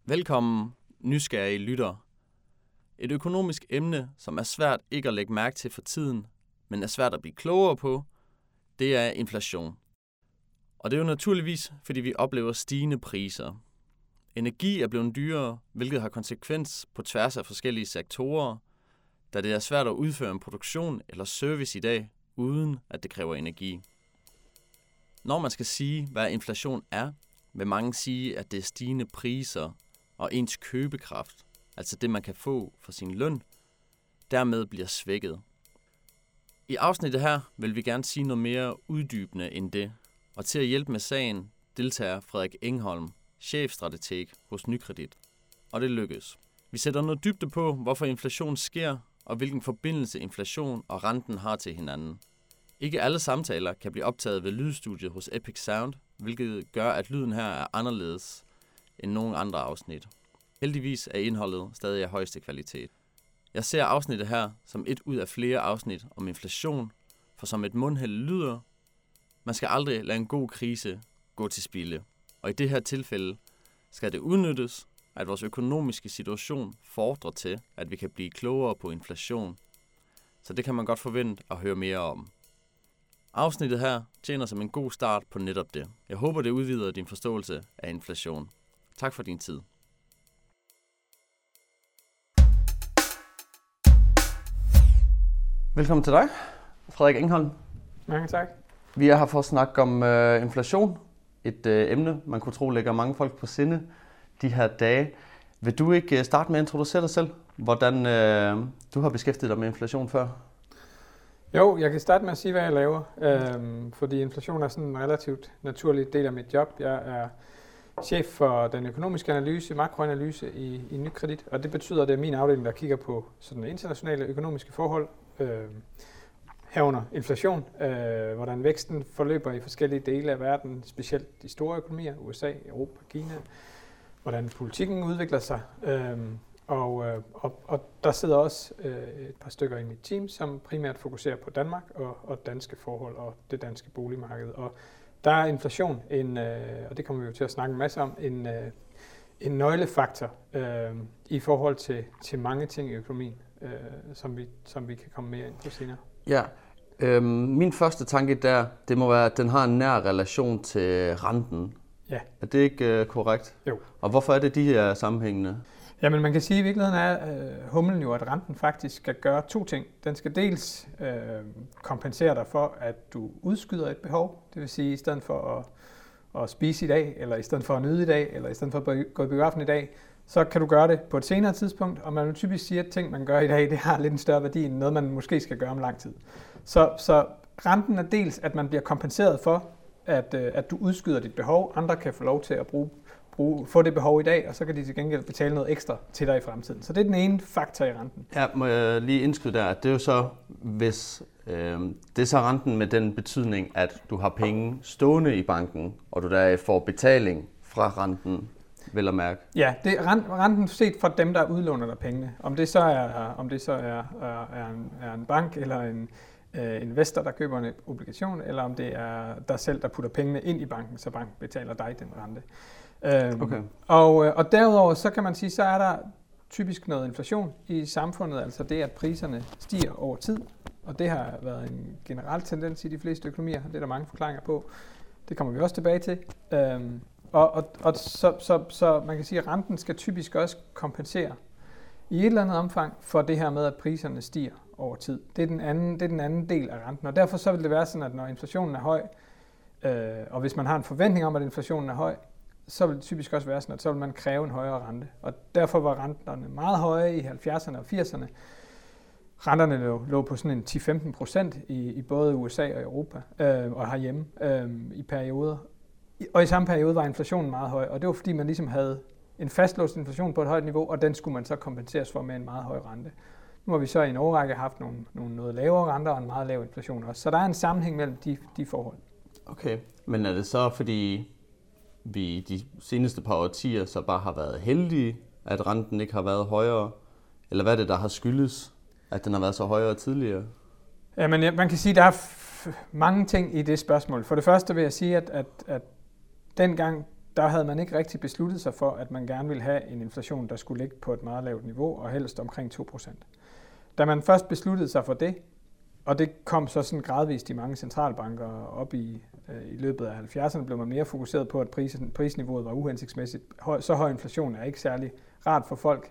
Velkommen, nysgerrige lyttere. Et økonomisk emne, som er svært ikke at lægge mærke til for tiden, men er svært at blive klogere på, det er inflation. Og det er jo naturligvis, fordi vi oplever stigende priser. Energi er blevet dyrere, hvilket har konsekvens på tværs af forskellige sektorer, da det er svært at udføre en produktion eller service i dag, uden at det kræver energi. Når man skal sige, hvad inflation er, vil mange sige, at det er stigende priser og ens købekraft, altså det man kan få for sin løn, dermed bliver svækket. I afsnittet her vil vi gerne sige noget mere uddybende end det, og til at hjælpe med sagen deltager Frederik Engholm, chefstrateg hos Nykredit. Og det lykkes. Vi sætter noget dybde på, hvorfor inflation sker, og hvilken forbindelse inflation og renten har til hinanden. Ikke alle samtaler kan blive optaget ved lydstudiet hos Epic Sound, hvilket gør, at lyden her er anderledes end nogen andre afsnit. Heldigvis er indholdet stadig af højeste kvalitet. Jeg ser afsnittet her som et ud af flere afsnit om inflation, for som et mundheld lyder, man skal aldrig lade en god krise gå til spilde. Og i det her tilfælde skal det udnyttes, at vores økonomiske situation fordrer til, at vi kan blive klogere på inflation. Så det kan man godt forvente at høre mere om. Afsnittet her tjener som en god start på netop det. Jeg håber, det udvider din forståelse af inflation. Tak for din tid. Velkommen til dig, Frederik Engholm. Mange tak. Vi er her for at snakke om inflation. Et emne, man kunne tro ligger mange folk på sinde de her dage. Vil du ikke starte med at introducere dig selv? Hvordan du har beskæftiget dig med inflation før? Jo, jeg kan starte med at sige, hvad jeg laver. Fordi inflation er sådan en relativt naturlig del af mit job. Jeg er chef for den økonomiske analyse, makroanalyse i Nykredit. Og det betyder, at det er min afdeling, der kigger på sådan internationale økonomiske forhold. Herunder inflation, hvordan væksten forløber i forskellige dele af verden, specielt de store økonomier, USA, Europa, Kina, hvordan politikken udvikler sig. Og der sidder også et par stykker i mit team, som primært fokuserer på Danmark og danske forhold og det danske boligmarked. Og der er inflation, og det kommer vi jo til at snakke en masse om, en nøglefaktor i forhold til mange ting i økonomien, som vi kan komme mere ind på senere. Ja, min første tanke der, det må være, at den har en nær relation til renten. Ja. Er det ikke korrekt? Jo. Og hvorfor er det de her sammenhængende? Jamen man kan sige, at i virkeligheden er humlen jo, at renten faktisk skal gøre to ting. Den skal dels kompensere dig for, at du udskyder et behov. Det vil sige, at i stedet for at spise i dag, eller i stedet for at nyde i dag, eller i stedet for at gå i biografen i dag, så kan du gøre det på et senere tidspunkt, og man vil typisk sige, at ting, man gør i dag, det har lidt en større værdi end noget, man måske skal gøre om lang tid. Så renten er dels, at man bliver kompenseret for, at du udskyder dit behov. Andre kan få lov til at få det behov i dag, og så kan de til gengæld betale noget ekstra til dig i fremtiden. Så det er den ene faktor i renten. Ja, må jeg lige indskyde der, det er jo så, hvis det er så renten med den betydning, at du har penge stående i banken, og du der får betaling fra renten, vel at mærke. Ja, det er renten set fra dem, der udlåner dig pengene. Om det så er en bank eller en investor, der køber en obligation, eller om det er dig selv, der putter pengene ind i banken, så banken betaler dig den rente. Okay. Og derudover, så kan man sige, så er der typisk noget inflation i samfundet, altså det, at priserne stiger over tid, og det har været en generel tendens i de fleste økonomier, det er der mange forklaringer på. Det kommer vi også tilbage til. Så man kan sige, at renten skal typisk også kompensere i et eller andet omfang for det her med, at priserne stiger over tid. Det er den anden del af renten, og derfor så vil det være sådan, at når inflationen er høj, og hvis man har en forventning om, at inflationen er høj, så vil det typisk også være sådan, at så vil man kræve en højere rente. Og derfor var renterne meget høje i 70'erne og 80'erne. Renterne lå på sådan en 10-15% i både USA og Europa og herhjemme i perioder. Og i samme periode var inflationen meget høj, og det var fordi man ligesom havde en fastlåst inflation på et højt niveau, og den skulle man så kompenseres for med en meget høj rente. Nu har vi så i en årrække haft nogle noget lavere renter og en meget lav inflation også. Så der er en sammenhæng mellem de forhold. Okay, men er det så fordi vi de seneste par årtier så bare har været heldige, at renten ikke har været højere? Eller hvad er det, der har skyldes, at den har været så højere tidligere? Ja, men man kan sige, at der er mange ting i det spørgsmål. For det første vil jeg sige, at dengang der havde man ikke rigtig besluttet sig for, at man gerne ville have en inflation, der skulle ligge på et meget lavt niveau, og helst omkring 2%. Da man først besluttede sig for det, og det kom så sådan gradvist i mange centralbanker op i løbet af 70'erne, blev man mere fokuseret på, at prisniveauet var uhensigtsmæssigt. Så høj inflation er ikke særlig rart for folk.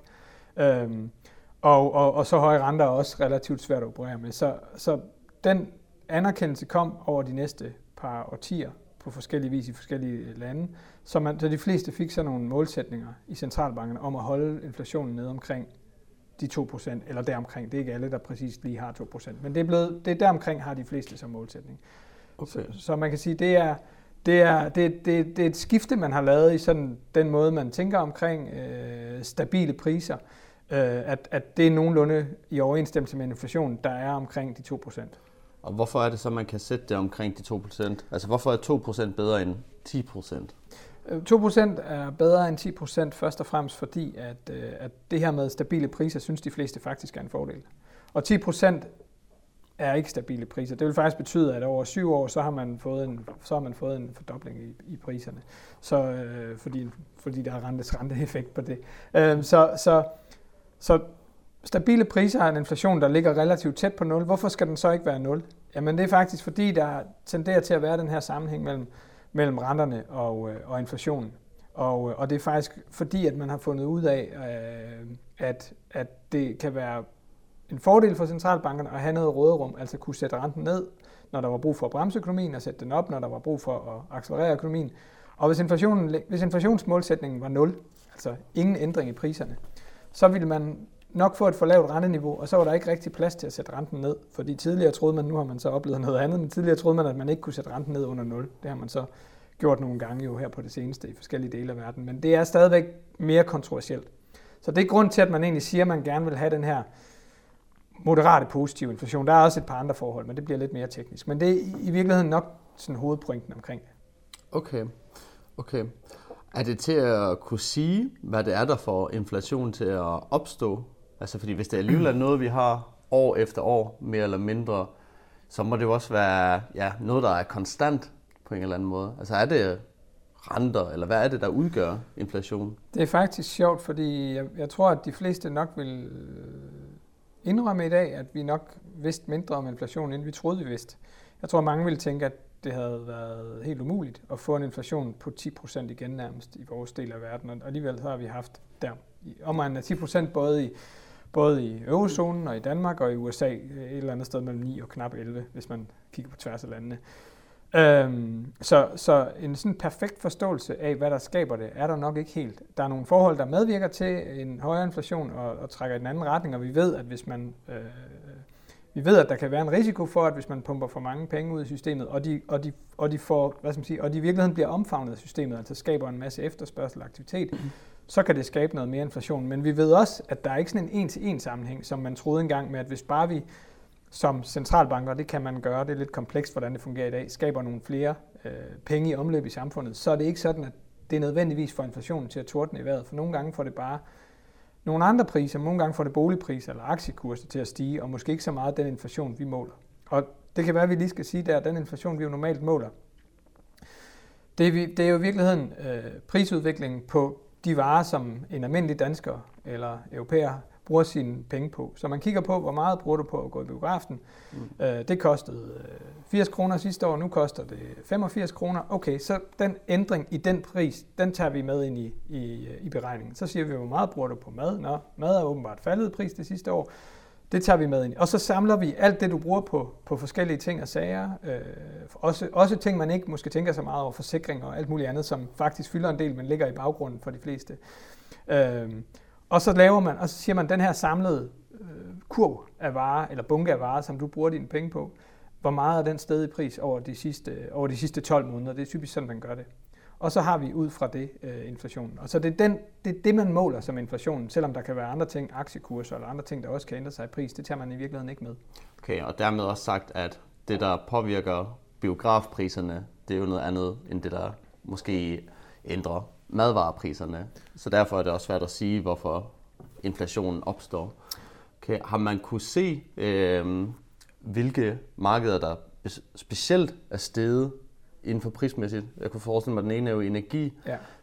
Og så høje renter er også relativt svært at operere med. Så den anerkendelse kom over de næste par årtier på forskellige vis i forskellige lande, så de fleste fik så nogle målsætninger i centralbankerne om at holde inflationen nede omkring de 2%, eller deromkring. Det er ikke alle, der præcis lige har 2%, men det er deromkring har de fleste som målsætning. Okay. Så man kan sige, det er et skifte, man har lavet i sådan den måde, man tænker omkring stabile priser, at det er nogenlunde i overensstemmelse med inflation, der er omkring de 2%. Og hvorfor er det så, man kan sætte det omkring de 2%? Altså hvorfor er 2% bedre end 10%? 2% er bedre end 10%, først og fremmest fordi, at det her med stabile priser, synes de fleste faktisk er en fordel. Og 10% er ikke stabile priser. Det vil faktisk betyde, at over 7 år, så har man fået en fordobling i priserne. Så, fordi der er renteeffekt på det. Så stabile priser er en inflation, der ligger relativt tæt på 0. Hvorfor skal den så ikke være 0? Jamen det er faktisk fordi, der tenderer til at være den her sammenhæng mellem renterne og inflationen. Og det er faktisk fordi, at man har fundet ud af, at det kan være en fordel for centralbankerne at have noget råderum, altså kunne sætte renten ned, når der var brug for at bremse økonomien, og sætte den op, når der var brug for at accelerere økonomien. Og hvis inflationsmålsætningen var 0, altså ingen ændring i priserne, så ville man nok få et for lavt renteniveau, og så var der ikke rigtig plads til at sætte renten ned. Fordi tidligere troede man, nu har man så oplevet noget andet, men tidligere troede man, at man ikke kunne sætte renten ned under 0. Det har man så gjort nogle gange jo her på det seneste i forskellige dele af verden. Men det er stadigvæk mere kontroversielt. Så det er grund til, at man egentlig siger, at man gerne vil have den her moderate positive inflation. Der er også et par andre forhold, men det bliver lidt mere teknisk. Men det er i virkeligheden nok sådan hovedpointen omkring det. Okay. Er det til at kunne sige, hvad det er, der får inflation til at opstå? Altså fordi hvis det alligevel er noget, vi har år efter år, mere eller mindre, så må det jo også være noget, der er konstant på en eller anden måde. Altså er det renter, eller hvad er det, der udgør inflation? Det er faktisk sjovt, fordi jeg tror, at de fleste nok vil indrømme i dag, at vi nok vidste mindre om inflation, end vi troede, vi vidste. Jeg tror, mange ville tænke, at det havde været helt umuligt at få en inflation på 10% igen nærmest i vores del af verden, og alligevel så har vi haft der omegnen af 10% både i eurozonen og i Danmark og i USA, et eller andet sted mellem 9 og knap 11, hvis man kigger på tværs af landene. Så en sådan perfekt forståelse af, hvad der skaber det, er der nok ikke helt. Der er nogle forhold, der medvirker til en højere inflation og trækker i den anden retning, og vi ved, at at der kan være en risiko for, at hvis man pumper for mange penge ud i systemet, og de får, og de i virkeligheden bliver omfavnet af systemet, altså skaber en masse efterspørgsel og aktivitet, så kan det skabe noget mere inflation. Men vi ved også, at der er ikke sådan en en-til-en sammenhæng, som man troede engang med, at hvis bare vi som centralbanker, det kan man gøre, det er lidt komplekst, hvordan det fungerer i dag, skaber nogle flere penge i omløb i samfundet, så er det ikke sådan, at det er nødvendigvis for inflationen til at tordne i vejret, for nogle gange får det bare nogle andre priser, nogle gange får det boligpriser eller aktiekurser til at stige, og måske ikke så meget den inflation, vi måler. Og det kan være, at vi lige skal sige der, at den inflation, vi jo normalt måler, det er jo i virkeligheden prisudviklingen på de varer, som en almindelig dansker eller europæer bruger sine penge på. Så man kigger på, hvor meget bruger du på at gå i biografen. Det kostede 80 kroner sidste år, nu koster det 85 kroner. Okay, så den ændring i den pris, den tager vi med ind i beregningen. Så siger vi, hvor meget bruger du på mad? Nå, mad er åbenbart faldet pris det sidste år. Det tager vi med ind. Og så samler vi alt det, du bruger på forskellige ting og sager. Også ting, man ikke måske tænker så meget over, forsikring og alt muligt andet, som faktisk fylder en del, men ligger i baggrunden for de fleste. Og så siger man, den her samlede kurv af varer, eller bunke af varer, som du bruger dine penge på, hvor meget er den steget i pris over de sidste 12 måneder. Det er typisk sådan, man gør det. Og så har vi ud fra det inflationen. Og så det er det, man måler som inflationen, selvom der kan være andre ting, aktiekurser eller andre ting, der også kan ændre sig i pris. Det tager man i virkeligheden ikke med. Okay, og dermed også sagt, at det, der påvirker biografpriserne, det er jo noget andet, end det, der måske ændrer madvarepriserne. Så derfor er det også svært at sige, hvorfor inflationen opstår. Okay, har man kunne se, hvilke markeder, der specielt er steget inden for prismæssigt? Jeg kunne forestille mig, at den ene er jo energi,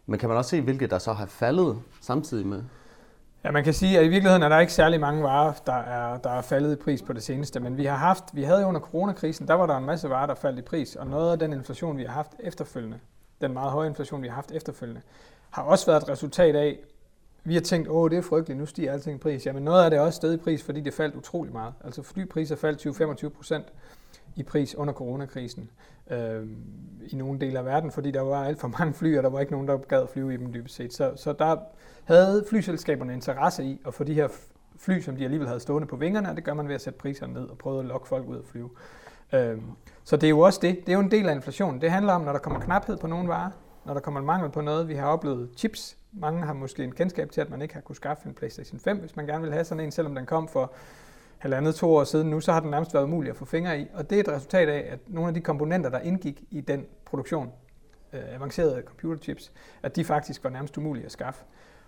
Men kan man også se, hvilke der så har faldet samtidig med? Ja, man kan sige, at i virkeligheden er der ikke særlig mange varer, der er faldet i pris på det seneste, men vi havde jo under coronakrisen, der var der en masse varer, der faldt i pris, og noget af den inflation, vi har haft efterfølgende, den meget høje inflation, vi har haft efterfølgende, har også været et resultat af, vi har tænkt, det er frygteligt, nu stiger alting i pris. Jamen noget af det er også steget i pris, fordi det faldt utrolig meget. Altså flypriser faldt 20-25% i pris under coronakrisen i nogle dele af verden, fordi der var alt for mange fly, og der var ikke nogen, der gad at flyve i dem dybest set. Så der havde flyselskaberne interesse i at få de her fly, som de alligevel havde stående på vingerne, og det gør man ved at sætte priserne ned og prøve at lokke folk ud at flyve. Så det er jo også det. Det er jo en del af inflationen. Det handler om, når der kommer knaphed på nogle varer, når der kommer mangel på noget. Vi har oplevet chips. Mange har måske en kendskab til, at man ikke har kunnet skaffe en PlayStation 5, hvis man gerne vil have sådan en, selvom den kom for 1,5-2 år siden. Nu så har den nærmest været umulig at få fingre i. Og det er et resultat af, at nogle af de komponenter, der indgik i den produktion, avancerede computerchips, at de faktisk var nærmest umulige at skaffe.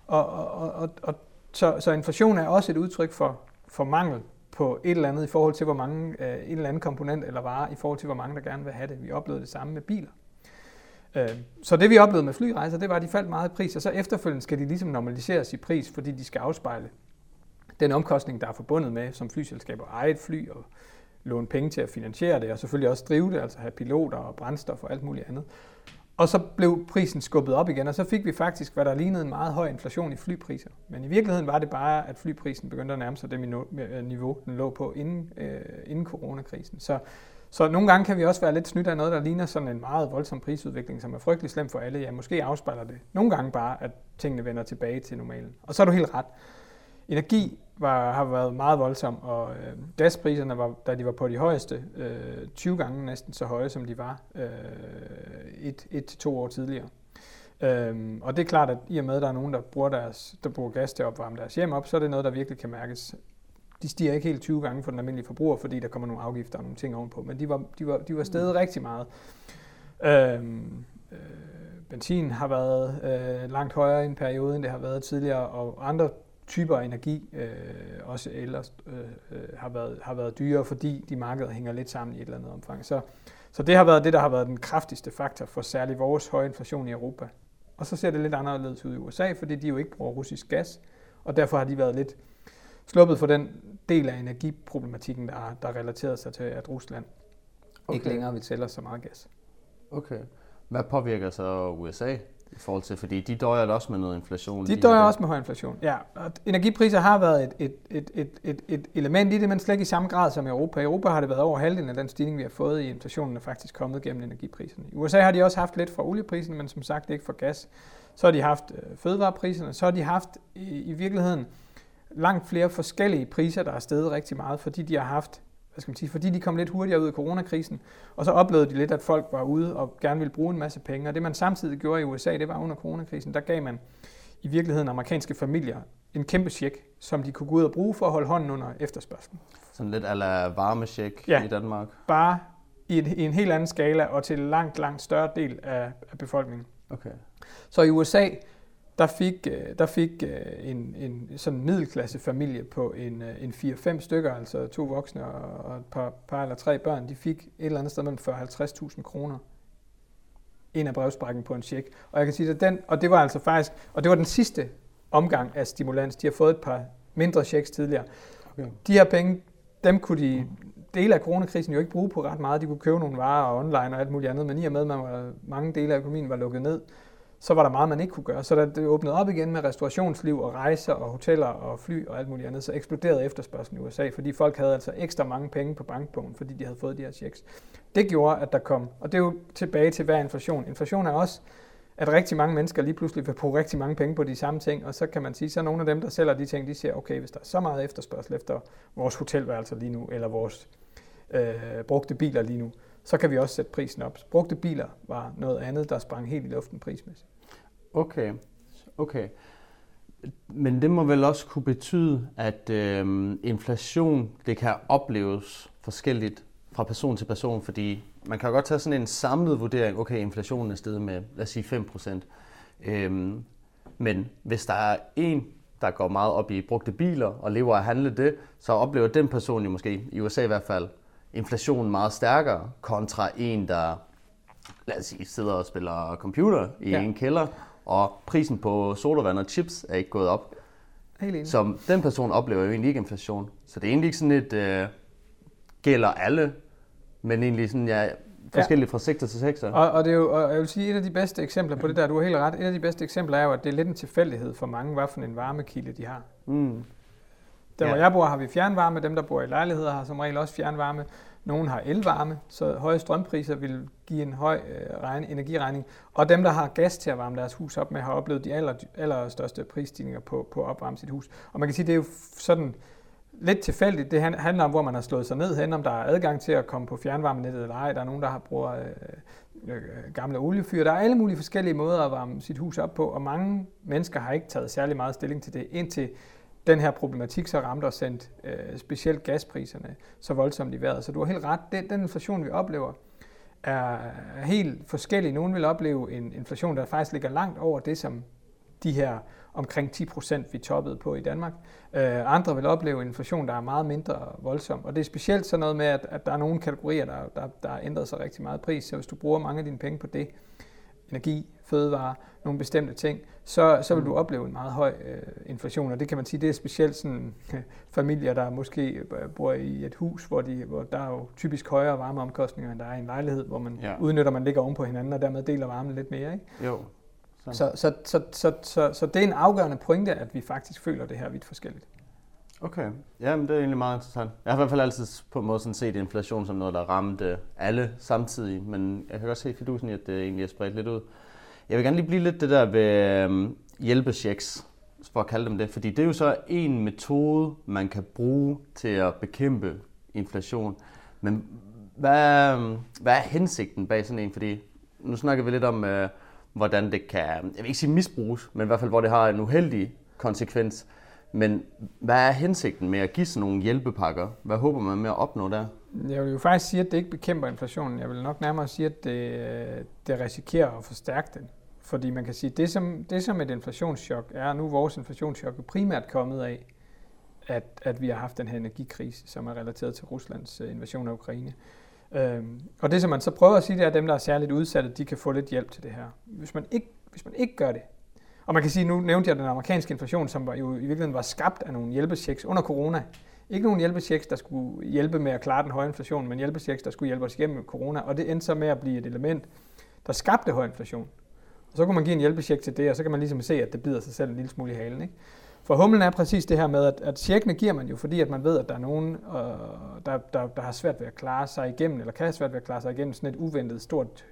Så inflation er også et udtryk for mangel på et eller andet i forhold til, hvor mange, et eller andet komponent eller vare, i forhold til, hvor mange, der gerne vil have det. Vi oplevede det samme med biler. Så det vi oplevede med flyrejser, det var, at de faldt meget i pris, og så efterfølgende skal de ligesom normaliseres i pris, fordi de skal afspejle den omkostning, der er forbundet med som flyselskaber eje et fly og låne penge til at finansiere det, og selvfølgelig også drive det, altså have piloter og brændstof og alt muligt andet. Og så blev prisen skubbet op igen, og så fik vi faktisk, hvad der lignede en meget høj inflation i flypriser. Men i virkeligheden var det bare, at flyprisen begyndte at nærme sig det niveau, den lå på inden coronakrisen. Så nogle gange kan vi også være lidt snydt af noget, der ligner sådan en meget voldsom prisudvikling, som er frygtelig slem for alle. Ja, måske afspejler det nogle gange bare, at tingene vender tilbage til normalen. Og så er du helt ret. Energi har været meget voldsom, og gaspriserne, da de var på de højeste, 20 gange næsten så høje, som de var 1-2 år tidligere. Og det er klart, at i og med, at der er nogen, der bruger gas til at opvarme deres hjem op, så er det noget, der virkelig kan mærkes. De stiger ikke helt 20 gange for den almindelige forbruger, fordi der kommer nogle afgifter og nogle ting ovenpå, men de var steget rigtig meget. Benzin har været langt højere i en periode, end det har været tidligere, og andre typer af energi, også ellers, har været dyrere, fordi de markeder hænger lidt sammen i et eller andet omfang. Så det har været det, der har været den kraftigste faktor for særligt vores høje inflation i Europa. Og så ser det lidt anderledes ud i USA, fordi de jo ikke bruger russisk gas, og derfor har de været lidt sluppet for den del af energiproblematikken, der relaterer sig til, at Rusland ikke længere vil sælge så meget gas. Okay. Hvad påvirker så USA i forhold til, fordi de døjer også med noget inflation? De døjer også med høj inflation, ja. Og energipriser har været et element i det, men slet ikke i samme grad som i Europa. I Europa har det været over halvdelen af den stigning, vi har fået i inflationen, er faktisk kommet gennem energipriserne. I USA har de også haft lidt fra olieprisen, men som sagt ikke fra gas. Så har de haft fødevarepriserne, så har de haft i virkeligheden langt flere forskellige priser, der er steget rigtig meget, fordi de har haft, fordi de kom lidt hurtigere ud af coronakrisen, og så oplevede de lidt, at folk var ude og gerne ville bruge en masse penge. Og det man samtidig gjorde i USA, det var under coronakrisen, der gav man i virkeligheden amerikanske familier en kæmpe check, som de kunne gå ud og bruge for at holde hånden under efterspørgslen. Sådan lidt a la varmecheck i Danmark? Bare i en helt anden skala og til langt større del af befolkningen. Okay. Så i USA, der fik en sådan middelklassefamilie på en 4-5 stykker, altså 2 voksne og et par eller 3 børn, de fik et eller andet sted mellem 40-50.000 kroner ind af brevsprækken på en check. Og jeg kan sige, at det var altså faktisk, og det var den sidste omgang af stimulans. De har fået et par mindre checks tidligere. Okay. De her penge, dem kunne de dele af coronakrisen jo ikke bruge på ret meget. De kunne købe nogle varer og online og alt muligt andet, men i og med, at mange dele af økonomien var lukket ned, så var der meget, man ikke kunne gøre. Så da det åbnede op igen med restaurationsliv og rejser og hoteller og fly og alt muligt andet, så eksploderede efterspørgslen i USA, fordi folk havde altså ekstra mange penge på bankbogen, fordi de havde fået de her checks. Det gjorde, at der kom, og det er jo tilbage til, hvad er inflation. Inflation er også, at rigtig mange mennesker lige pludselig vil bruge rigtig mange penge på de samme ting, og så kan man sige, så nogle af dem, der sælger de ting, de siger, okay, hvis der er så meget efterspørgsel efter vores hotelværelser lige nu, eller vores brugte biler lige nu, så kan vi også sætte prisen op. Brugte biler var noget andet, der sprang helt i luften prismæssigt. Okay. Men det må vel også kunne betyde, at inflation, det kan opleves forskelligt fra person til person, fordi man kan jo godt tage sådan en samlet vurdering, okay, inflationen er steget med, lad os sige 5%. Men hvis der er en, der går meget op i brugte biler og lever af at handle det, så oplever den person jo måske, i USA i hvert fald, inflationen meget stærkere kontra en, der, lad os sige, sidder og spiller computer i en kælder og prisen på sodavand og chips er ikke gået op. Helt enig. Så den person oplever jo egentlig ikke inflation. Så det er egentlig ikke sådan et gælder alle, men egentlig sådan, forskelligt fra sektor til sektor. Og det er jo, og jeg vil sige, et af de bedste eksempler på det der, du har helt ret, et af de bedste eksempler er jo, at det er lidt en tilfældighed for mange, hvad for en varmekilde de har. Der hvor jeg bor, har vi fjernvarme. Dem, der bor i lejligheder, har som regel også fjernvarme. Nogle har elvarme, så høje strømpriser vil give en høj energiregning. Og dem, der har gas til at varme deres hus op med, har oplevet de allerstørste prisstigninger på at opvarme sit hus. Og man kan sige, det er jo sådan lidt tilfældigt. Det handler om, hvor man har slået sig ned hen, om der er adgang til at komme på fjernvarmenettet eller ej. Der er nogen, der bruger gamle oliefyr. Der er alle mulige forskellige måder at varme sit hus op på, og mange mennesker har ikke taget særlig meget stilling til det, indtil den her problematik så ramte og sendt specielt gaspriserne så voldsomt i vejret. Så du har helt ret. Den inflation, vi oplever, er helt forskellig. Nogle vil opleve en inflation, der faktisk ligger langt over det, som de her omkring 10%, vi toppede på i Danmark. Andre vil opleve en inflation, der er meget mindre voldsom. Og det er specielt sådan noget med, at der er nogle kategorier, der har ændret sig rigtig meget pris. Så hvis du bruger mange af dine penge på det, energi, fødevarer, nogle bestemte ting, så vil du opleve en meget høj inflation. Og det kan man sige, det er specielt sådan familier, der måske bor i et hus, hvor der er jo typisk højere varmeomkostninger, end der er i en lejlighed, hvor man udnytter, man ligger oven på hinanden, og dermed deler varmen lidt mere, ikke? Jo. Så det er en afgørende pointe, at vi faktisk føler det her vidt forskelligt. Okay, ja, men det er egentlig meget interessant. Jeg har i hvert fald altid på en måde sådan set inflation som noget, der ramte alle samtidig, men jeg kan også se fidusen i, at det egentlig er spredt lidt ud. Jeg vil gerne lige blive lidt det der ved hjælpechecks, for at kalde dem det, fordi det er jo så en metode, man kan bruge til at bekæmpe inflation. Men hvad er hensigten bag sådan en? Fordi nu snakker vi lidt om, hvordan det kan, jeg vil ikke sige misbruges, men i hvert fald, hvor det har en uheldig konsekvens. Men hvad er hensigten med at give sådan nogle hjælpepakker? Hvad håber man med at opnå der? Jeg vil jo faktisk sige, at det ikke bekæmper inflationen. Jeg vil nok nærmere sige, at det risikerer at forstærke den. Fordi man kan sige, at det som et inflationschok er, nu vores inflationschok er primært kommet af, at vi har haft den her energikrise, som er relateret til Ruslands invasion af Ukraine. Og det, som man så prøver at sige, det er, at dem, der er særligt udsatte, de kan få lidt hjælp til det her. Hvis man ikke gør det, og man kan sige, nu nævnte jeg den amerikanske inflation, som jo i virkeligheden var skabt af nogle hjælpechecks under corona. Ikke nogen hjælpechecks, der skulle hjælpe med at klare den høje inflation, men hjælpechecks, der skulle hjælpe os igennem corona. Og det endte så med at blive et element, der skabte høj inflation. Og så kunne man give en hjælpecheck til det, og så kan man ligesom se, at det bider sig selv en lille smule i halen, ikke? For humlen er præcis det her med, at checkene giver man jo, fordi at man ved, at der er nogen, der har svært ved at klare sig igennem, eller kan have svært ved at klare sig igennem sådan et uventet stort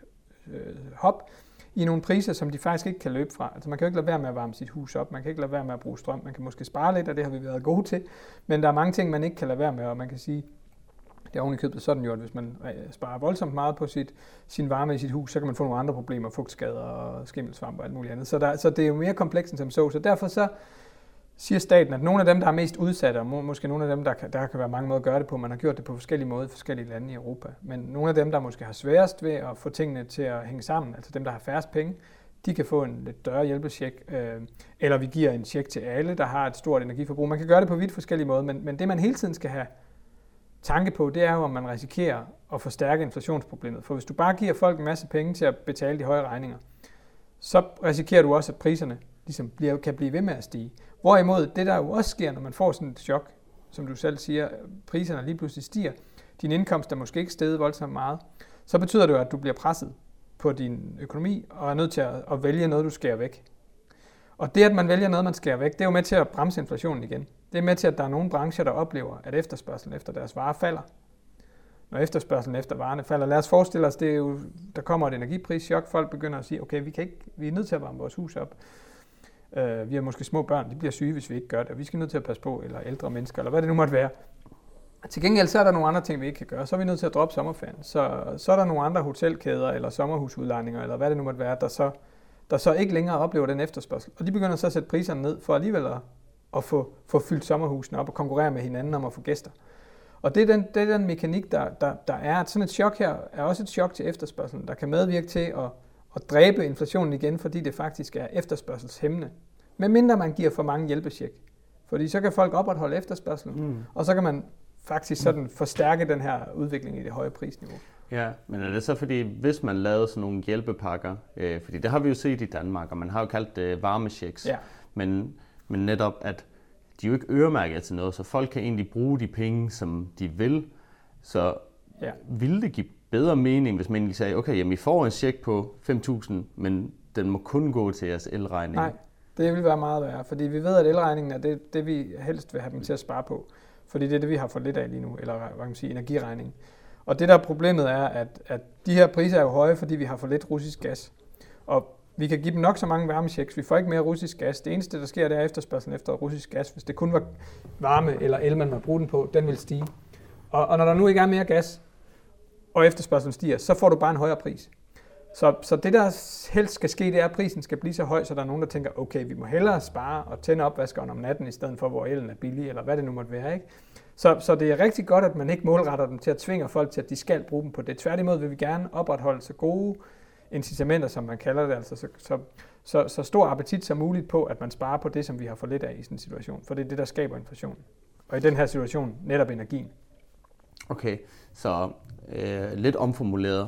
hop i nogle priser, som de faktisk ikke kan løbe fra. Altså man kan jo ikke lade være med at varme sit hus op, man kan ikke lade være med at bruge strøm, man kan måske spare lidt, og det har vi været gode til, men der er mange ting, man ikke kan lade være med, og man kan sige, det er oven i købet sådan jo, at hvis man sparer voldsomt meget på sin varme i sit hus, så kan man få nogle andre problemer, fugtskader og skimmelsvamp og alt muligt andet. Så det er jo mere komplekst end som så derfor så siger staten, at nogle af dem, der er mest udsatte, og måske nogle af dem, der kan være mange måder at gøre det på, man har gjort det på forskellige måder i forskellige lande i Europa, men nogle af dem, der måske har sværest ved at få tingene til at hænge sammen, altså dem, der har færrest penge, de kan få en lidt større hjælpecheck, eller vi giver en check til alle, der har et stort energiforbrug. Man kan gøre det på vidt forskellige måder, men det man hele tiden skal have tanke på, det er jo, om man risikerer at forstærke inflationsproblemet. For hvis du bare giver folk en masse penge til at betale de høje regninger, så risikerer du også, at priserne ligesom kan blive ved med at stige. Hvorimod det, der jo også sker, når man får sådan et chok, som du selv siger, priserne lige pludselig stiger, din indkomst er måske ikke steget voldsomt meget, så betyder det jo, at du bliver presset på din økonomi og er nødt til at vælge noget, du skærer væk. Og det, at man vælger noget, man skærer væk, det er jo med til at bremse inflationen igen. Det er med til, at der er nogle brancher, der oplever, at efterspørgselen efter deres varer falder. Når efterspørgselen efter varerne falder, lad os forestille os, det er jo, der kommer et energiprischok, folk begynder at sige, okay, vi er nødt til at varme vores hus op. Vi har måske små børn, de bliver syge, hvis vi ikke gør det, og vi skal nødt til at passe på, eller ældre mennesker, eller hvad det nu måtte være. Til gengæld så er der nogle andre ting, vi ikke kan gøre. Så er vi nødt til at droppe sommerferien. Så er der nogle andre hotelkæder, eller sommerhusudlejninger, eller hvad det nu måtte være, der så ikke længere oplever den efterspørgsel. Og de begynder så at sætte priserne ned, for alligevel at få fyldt sommerhusene op og konkurrere med hinanden om at få gæster. Og det er den mekanik, der er. At sådan et chok her er også et chok til efterspørgselen, der kan medvirke til at dræbe inflationen igen, fordi det faktisk er efterspørgselshæmmende. Medmindre man giver for mange hjælpecheck. Fordi så kan folk opretholde efterspørgselen, og så kan man faktisk sådan forstærke den her udvikling i det høje prisniveau. Ja, men er det så fordi, hvis man lavede sådan nogle hjælpepakker, fordi det har vi jo set i Danmark, og man har jo kaldt det varmechecks, men netop at de jo ikke øremærket til noget, så folk kan egentlig bruge de penge, som de vil. Så ville det give bedre mening, hvis man egentlig sagde, okay, jamen I får en check på 5.000, men den må kun gå til jeres elregning? Nej, det vil være meget værre, fordi vi ved, at elregningen er det, vi helst vil have dem til at spare på. Fordi det er det, vi har for lidt af lige nu, eller hvad kan man sige, energiregning. Og det der problemet er, at de her priser er jo høje, fordi vi har for lidt russisk gas. Og vi kan give dem nok så mange varmechecks, vi får ikke mere russisk gas. Det eneste, der sker, det er efterspørgselen efter russisk gas. Hvis det kun var varme eller el, man må bruge den på, den vil stige. Og når der nu ikke er mere gas, og efterspørgselen stiger, så får du bare en højere pris. Så det, der helst skal ske, det er, at prisen skal blive så høj, så der er nogen, der tænker, okay, vi må hellere spare og tænde opvaskeren om natten, i stedet for, hvor elen er billig, eller hvad det nu måtte være, ikke? Så det er rigtig godt, at man ikke målretter dem til at tvinge folk til, at de skal bruge dem på det. Tværtimod vil vi gerne opretholde så gode incitamenter, som man kalder det, altså så stor appetit som muligt på, at man sparer på det, som vi har for lidt af i sådan en situation. For det er det, der skaber inflation. Og i den her situation, netop energien. Okay, så lidt omformuleret,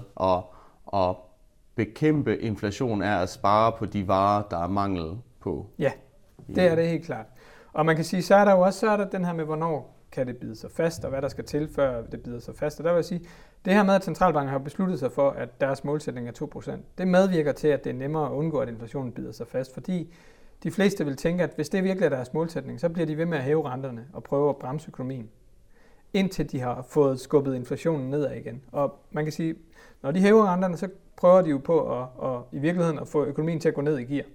og bekæmpe inflation er at spare på de varer, der er mangel på. Ja, det er det helt klart. Og man kan sige, så er der jo også den her med, hvornår kan det bide sig fast, og hvad der skal til, før det bider sig fast. Og der vil jeg sige, det her med, at centralbanken har besluttet sig for, at deres målsætning er 2%, det medvirker til, at det er nemmere at undgå, at inflationen bider sig fast, fordi de fleste vil tænke, at hvis det virkelig er deres målsætning, så bliver de ved med at hæve renterne og prøve at bremse økonomien, indtil de har fået skubbet inflationen nedad igen. Og man kan sige, når de hæver renterne, så prøver de jo på at i virkeligheden at få økonomien til at gå ned i gear.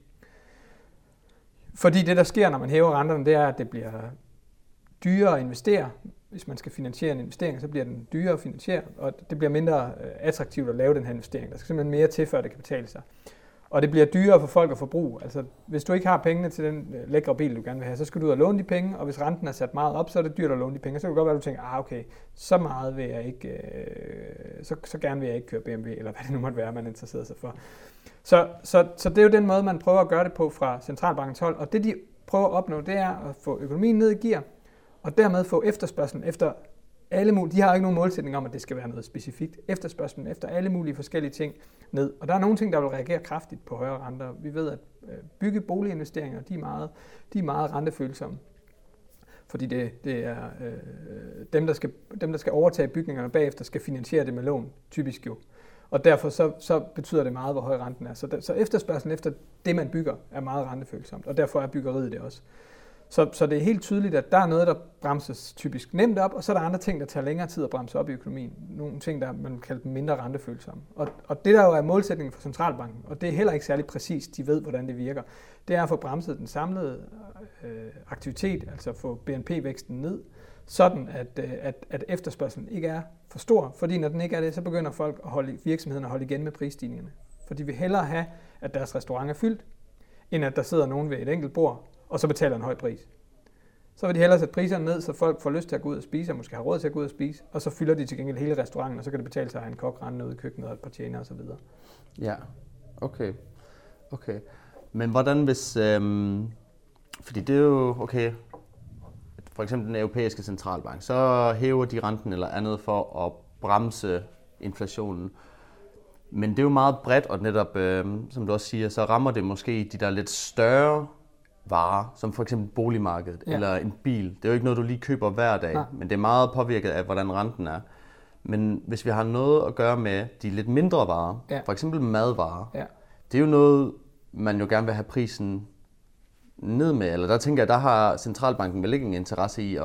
Fordi det, der sker, når man hæver renterne, det er, at det bliver dyrere at investere. Hvis man skal finansiere en investering, så bliver den dyrere at finansiere, og det bliver mindre attraktivt at lave den her investering. Der skal simpelthen mere til, før det kan betale sig. Og det bliver dyrere for folk at forbruge. Altså, hvis du ikke har pengene til den lækre bil, du gerne vil have, så skal du ud og låne de penge, og hvis renten er sat meget op, så er det dyrt at låne de penge. Så kan det godt være, at du tænker, okay, så meget vil jeg ikke, så gerne vil jeg ikke køre BMW, eller hvad det nu måtte være, man interesserer sig for. Så det er jo den måde, man prøver at gøre det på fra centralbankens hold, og det de prøver at opnå, det er at få økonomien ned i gear, og dermed få efterspørgselen efter alle mulige, de har ikke nogen målsætning om, at det skal være noget specifikt, efterspørgselen efter alle mulige forskellige ting ned. Og der er nogle ting, der vil reagere kraftigt på højere renter. Vi ved, at bygge boliginvesteringer, de er meget rentefølsomme. Fordi det er dem, der skal overtage bygningerne bagefter, skal finansiere det med lån, typisk jo. Og derfor så betyder det meget, hvor høj renten er. Så efterspørgselen efter det, man bygger, er meget rentefølsomt, og derfor er byggeriet det også. Så det er helt tydeligt, at der er noget, der bremses typisk nemt op, og så er der andre ting, der tager længere tid at bremse op i økonomien. Nogle ting, der man kalder mindre rentefølsomme. Og det der jo er målsætningen for centralbanken, og det er heller ikke særlig præcist, de ved, hvordan det virker, det er at få bremset den samlede aktivitet, altså få BNP-væksten ned, sådan at efterspørgselen ikke er for stor. Fordi når den ikke er det, så begynder folk virksomheden at holde igen med prisstigningerne. For de vil hellere have, at deres restaurant er fyldt, end at der sidder nogen ved et enkelt bord, og så betaler en høj pris. Så vil de hellere sætte priserne ned, så folk får lyst til at gå ud og spise, og måske har råd til at gå ud og spise, og så fylder de til gengæld hele restauranten, og så kan det betale sig at have en kok rendende ude i køkkenet og et par tjenere osv. Ja, okay. Men hvordan hvis... fordi det er jo, okay, for eksempel den europæiske centralbank, så hæver de renten eller andet for at bremse inflationen. Men det er jo meget bredt, og netop, som du også siger, så rammer det måske de der lidt større varer, som for eksempel boligmarkedet eller en bil. Det er jo ikke noget, du lige køber hver dag, men det er meget påvirket af, hvordan renten er. Men hvis vi har noget at gøre med de lidt mindre varer, for eksempel madvarer, det er jo noget, man jo gerne vil have prisen ned med. Eller der tænker jeg, der har centralbanken vel ikke en interesse i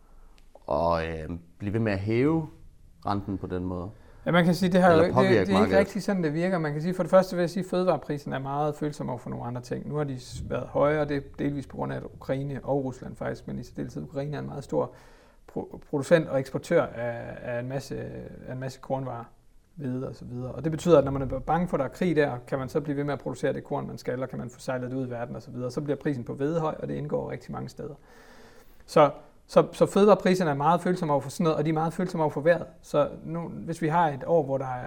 at blive ved med at hæve renten på den måde. Ja, man kan sige, det er ikke rigtig sådan, det virker. Man kan sige, for det første vil jeg sige, at fødevareprisen er meget følsom over for nogle andre ting. Nu har de været højere, det er delvis på grund af Ukraine og Rusland faktisk, men i særdeleshed Ukraine er en meget stor producent og eksportør af en masse kornvarer, hvede og så videre. Og det betyder, at når man er bange for, at der er krig der, kan man så blive ved med at producere det korn, man skal, eller kan man få sejlet det ud i verden og så videre. Så bliver prisen på hvede høj, og det indgår rigtig mange steder. Så fødevarepriserne er meget følsomme over for sådan noget, og de er meget følsomme over for vejret. Så nu, hvis vi har et år, hvor der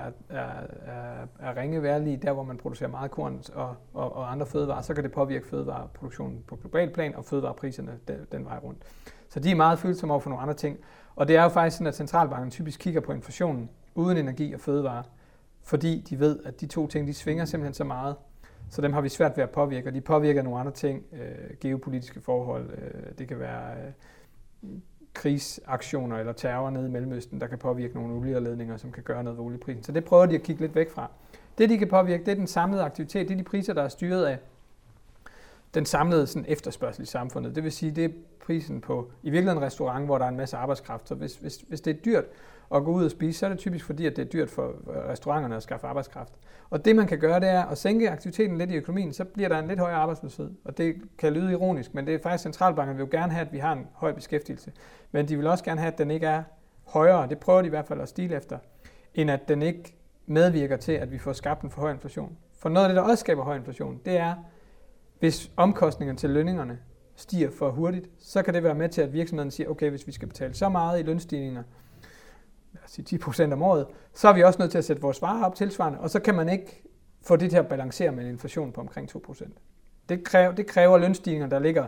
er ringe vejrlige, der hvor man producerer meget korn og andre fødevarer, så kan det påvirke fødevareproduktionen på global plan og fødevarepriserne den vej rundt. Så de er meget følsomme over for nogle andre ting. Og det er jo faktisk sådan, at centralbanken typisk kigger på inflationen uden energi og fødevarer, fordi de ved, at de to ting, de svinger simpelthen så meget, så dem har vi svært ved at påvirke, og de påvirker nogle andre ting, geopolitiske forhold, det kan være krigsaktioner eller terror nede i Mellemøsten, der kan påvirke nogle olieledninger, som kan gøre noget ved olieprisen. Så det prøver de at kigge lidt væk fra. Det, de kan påvirke, det er den samlede aktivitet, det er de priser, der er styret af den samlede sådan, efterspørgsel i samfundet. Det vil sige, det er prisen på i virkeligheden en restaurant, hvor der er en masse arbejdskraft. Så hvis det er dyrt at gå ud og spise, så er det typisk fordi, at det er dyrt for restauranterne at skaffe arbejdskraft. Og det, man kan gøre, det er at sænke aktiviteten lidt i økonomien, så bliver der en lidt højere arbejdsløshed. Og det kan lyde ironisk, men det er faktisk centralbanken vil jo gerne have, at vi har en høj beskæftigelse. Men de vil også gerne have, at den ikke er højere, det prøver de i hvert fald at stile efter, end at den ikke medvirker til, at vi får skabt en for høj inflation. For noget af det, der også skaber høj inflation, det er, hvis omkostningerne til lønningerne stiger for hurtigt, så kan det være med til, at virksomheden siger, okay, hvis vi skal betale så meget i lønstigninger, lad os sige 10% om året, så er vi også nødt til at sætte vores varer op tilsvarende, og så kan man ikke få det til at balancere med en inflation på omkring 2%. Det kræver lønstigninger, der ligger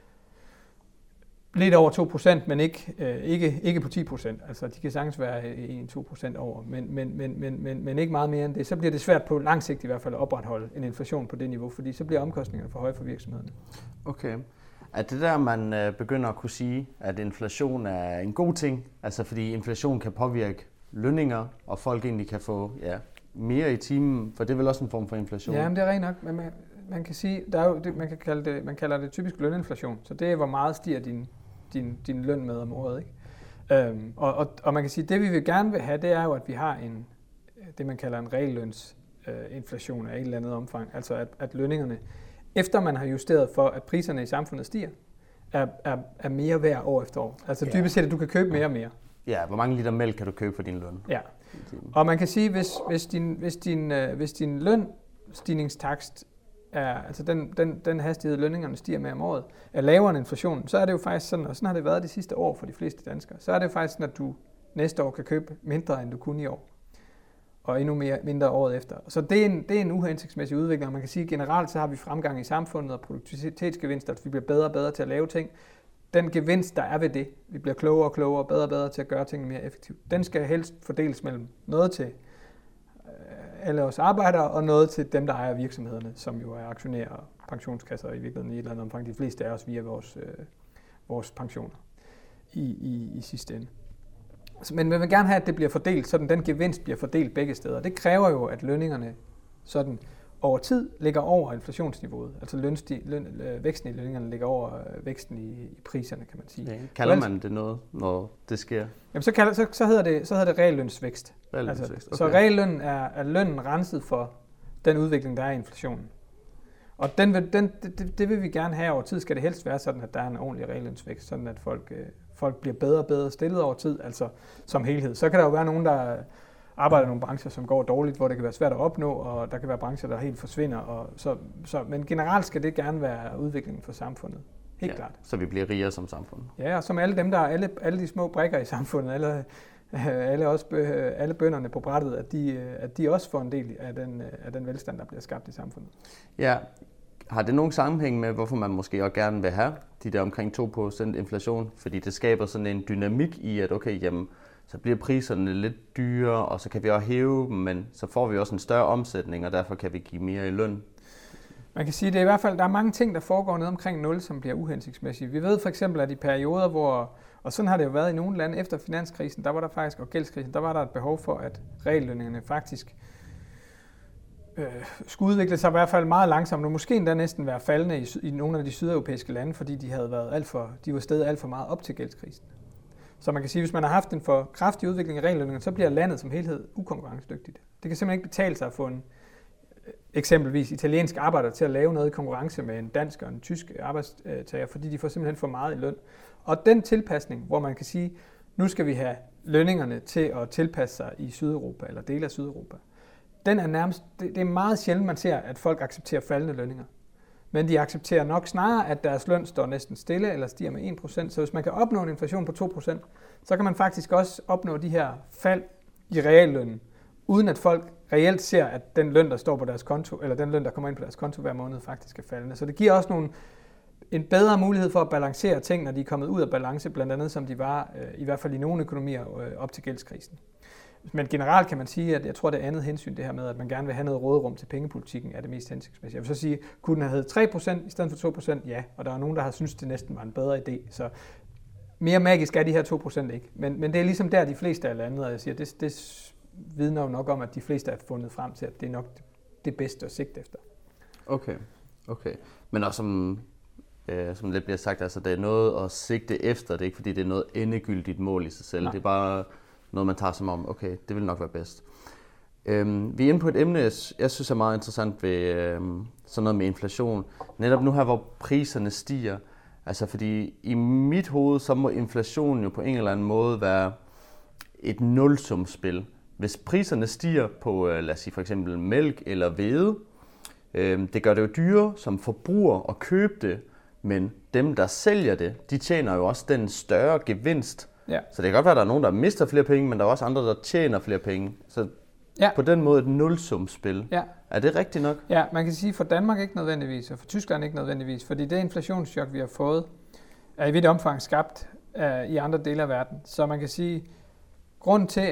lidt over 2%, men ikke på 10%. Altså, de kan sagtens være 1-2% over, men ikke meget mere end det. Så bliver det svært på lang sigt i hvert fald at opretholde en inflation på det niveau, fordi så bliver omkostningerne for høje for virksomhederne. Okay. Er det der, man begynder at kunne sige, at inflation er en god ting? Altså, fordi inflation kan påvirke lønninger, og folk egentlig kan få mere i timen, for det er vel også en form for inflation? Ja, men det er rent nok. Men man kan sige, der er jo det, man kalder det typisk løninflation. Så det er, hvor meget stiger din løn med om året, ikke? Og man kan sige, det vi gerne vil have, det er jo, at vi har det man kalder en reallønsinflation af et eller andet omfang. Altså at lønningerne, efter man har justeret for, at priserne i samfundet stiger, er mere værd år efter år. Altså dybest set, at du kan købe mere og mere. Ja, hvor mange liter mælk kan du købe for din løn? Ja, og man kan sige, hvis din lønstigningstakst altså den hastighed, lønningerne stiger med om året, er lavere end inflationen, så er det jo faktisk sådan, og sådan har det været de sidste år for de fleste danskere, så er det jo faktisk sådan, at du næste år kan købe mindre, end du kunne i år, og endnu mindre året efter. Så det er en uhensigtsmæssig udvikling, og man kan sige, at generelt så har vi fremgang i samfundet og produktivitetsgevinster, at vi bliver bedre og bedre til at lave ting. Den gevinst, der er ved det, vi bliver klogere og klogere, bedre og bedre til at gøre tingene mere effektivt, den skal helst fordeles mellem noget til alle os arbejdere, og noget til dem, der ejer virksomhederne, som jo er aktionærer og pensionskasser i virkeligheden i et eller andet omfang. De fleste er også via vores pensioner i sidste ende. Men man vil gerne have, at det bliver fordelt, så den gevinst bliver fordelt begge steder. Det kræver jo, at lønningerne sådan over tid ligger over inflationsniveauet. Altså væksten i lønningerne ligger over væksten i priserne, kan man sige. Ja, kalder man det noget, når det sker? Jamen, så hedder det reallønsvækst. Altså, okay. Så reallønnen er lønnen renset for den udvikling, der er i inflationen. Og det vil vi gerne have over tid. Skal det helst være sådan, at der er en ordentlig reallønsvækst, sådan at folk bliver bedre og bedre stillet over tid, altså som helhed. Så kan der jo være nogen, der arbejder i nogle brancher, som går dårligt, hvor det kan være svært at opnå, og der kan være brancher, der helt forsvinder. Men generelt skal det gerne være udviklingen for samfundet. Helt klart. Så vi bliver rigere som samfund. Ja, og som alle dem, der er alle de små brikker i samfundet, alle bønderne på brættet, at de også får en del af den velstand, der bliver skabt i samfundet. Ja. Har det nogen sammenhæng med, hvorfor man måske også gerne vil have de der omkring 2% inflation? Fordi det skaber sådan en dynamik i, at okay, jamen, så bliver priserne lidt dyrere, og så kan vi også hæve dem, men så får vi også en større omsætning, og derfor kan vi give mere i løn. Man kan sige, at det er i hvert fald, der er mange ting, der foregår nede omkring 0, som bliver uhensigtsmæssige. Vi ved for eksempel, at i perioder, hvor, og sådan har det jo været i nogle lande efter finanskrisen, der var der faktisk, og gældskrisen, der var der et behov for, at reallønningerne faktisk skulle udvikle sig i hvert fald meget langsomt, og måske endda næsten være faldende i nogle af de sydeuropæiske lande, fordi de var steget alt for meget op til gældskrisen. Så man kan sige, at hvis man har haft en for kraftig udvikling i reallønningerne, så bliver landet som helhed ukonkurrencedygtigt. Det kan simpelthen ikke betale sig at få eksempelvis italiensk arbejder til at lave noget i konkurrence med en dansk og en tysk arbejdstager, fordi de får simpelthen for meget i løn. Og den tilpasning, hvor man kan sige, nu skal vi have lønningerne til at tilpasse sig i Sydeuropa eller dele af Sydeuropa, den er nærmest, det er meget sjældent, man ser, at folk accepterer faldende lønninger. Men de accepterer nok snarere, at deres løn står næsten stille eller stiger med 1%. Så hvis man kan opnå en inflation på 2%, så kan man faktisk også opnå de her fald i reallønnen, uden at folk reelt ser, at den løn, der står på deres konto, eller den løn, der kommer ind på deres konto hver måned, faktisk er faldende. Så det giver også en bedre mulighed for at balancere ting, når de er kommet ud af balance, blandt andet som de var, i hvert fald i nogle økonomier, op til gældskrisen. Men generelt kan man sige, at jeg tror, det er andet hensyn, det her med, at man gerne vil have noget råderum til pengepolitikken, er det mest hensigtsmæssige. Jeg vil så sige, kunne den have heddet 3% i stedet for 2%? Ja, og der er nogen, der har syntes, det næsten var en bedre idé. Så mere magisk er de her 2% ikke. Men det er ligesom der, de fleste er landet, og jeg siger, det vidner jo nok om, at de fleste er fundet frem til, at det er nok det bedste at sigte efter. Okay. Men også som lidt bliver sagt, altså det er noget at sigte efter, det er ikke fordi det er noget endegyldigt mål i sig selv. Nej. Det er bare noget, man tager som om, okay, det vil nok være bedst. Vi er inde på et emne, jeg synes er meget interessant ved sådan noget med inflation. Netop nu her, hvor priserne stiger. Altså fordi i mit hoved, så må inflationen jo på en eller anden måde være et nulsumsspil. Hvis priserne stiger på, lad os sige for eksempel mælk eller hvede, det gør det jo dyrere som forbruger at købe det, men dem, der sælger det, de tjener jo også den større gevinst. Ja. Så det kan godt være, at der er nogen, der mister flere penge, men der er også andre, der tjener flere penge. Så på den måde et nulsumsspil. Ja. Er det rigtigt nok? Ja, man kan sige for Danmark ikke nødvendigvis, og for Tyskland ikke nødvendigvis, fordi det inflationschok, vi har fået, er i vidt omfang skabt i andre dele af verden. Så man kan sige, grund til,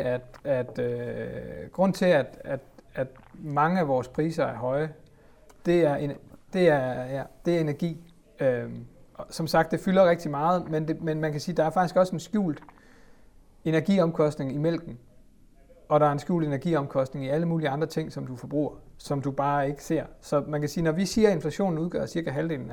at mange af vores priser er høje, det er energi. Som sagt, det fylder rigtig meget, men man kan sige, at der er faktisk også en skjult energiomkostning i mælken. Og der er en skjult energiomkostning i alle mulige andre ting, som du forbruger, som du bare ikke ser. Så man kan sige, når vi siger, at inflationen udgør cirka halvdelen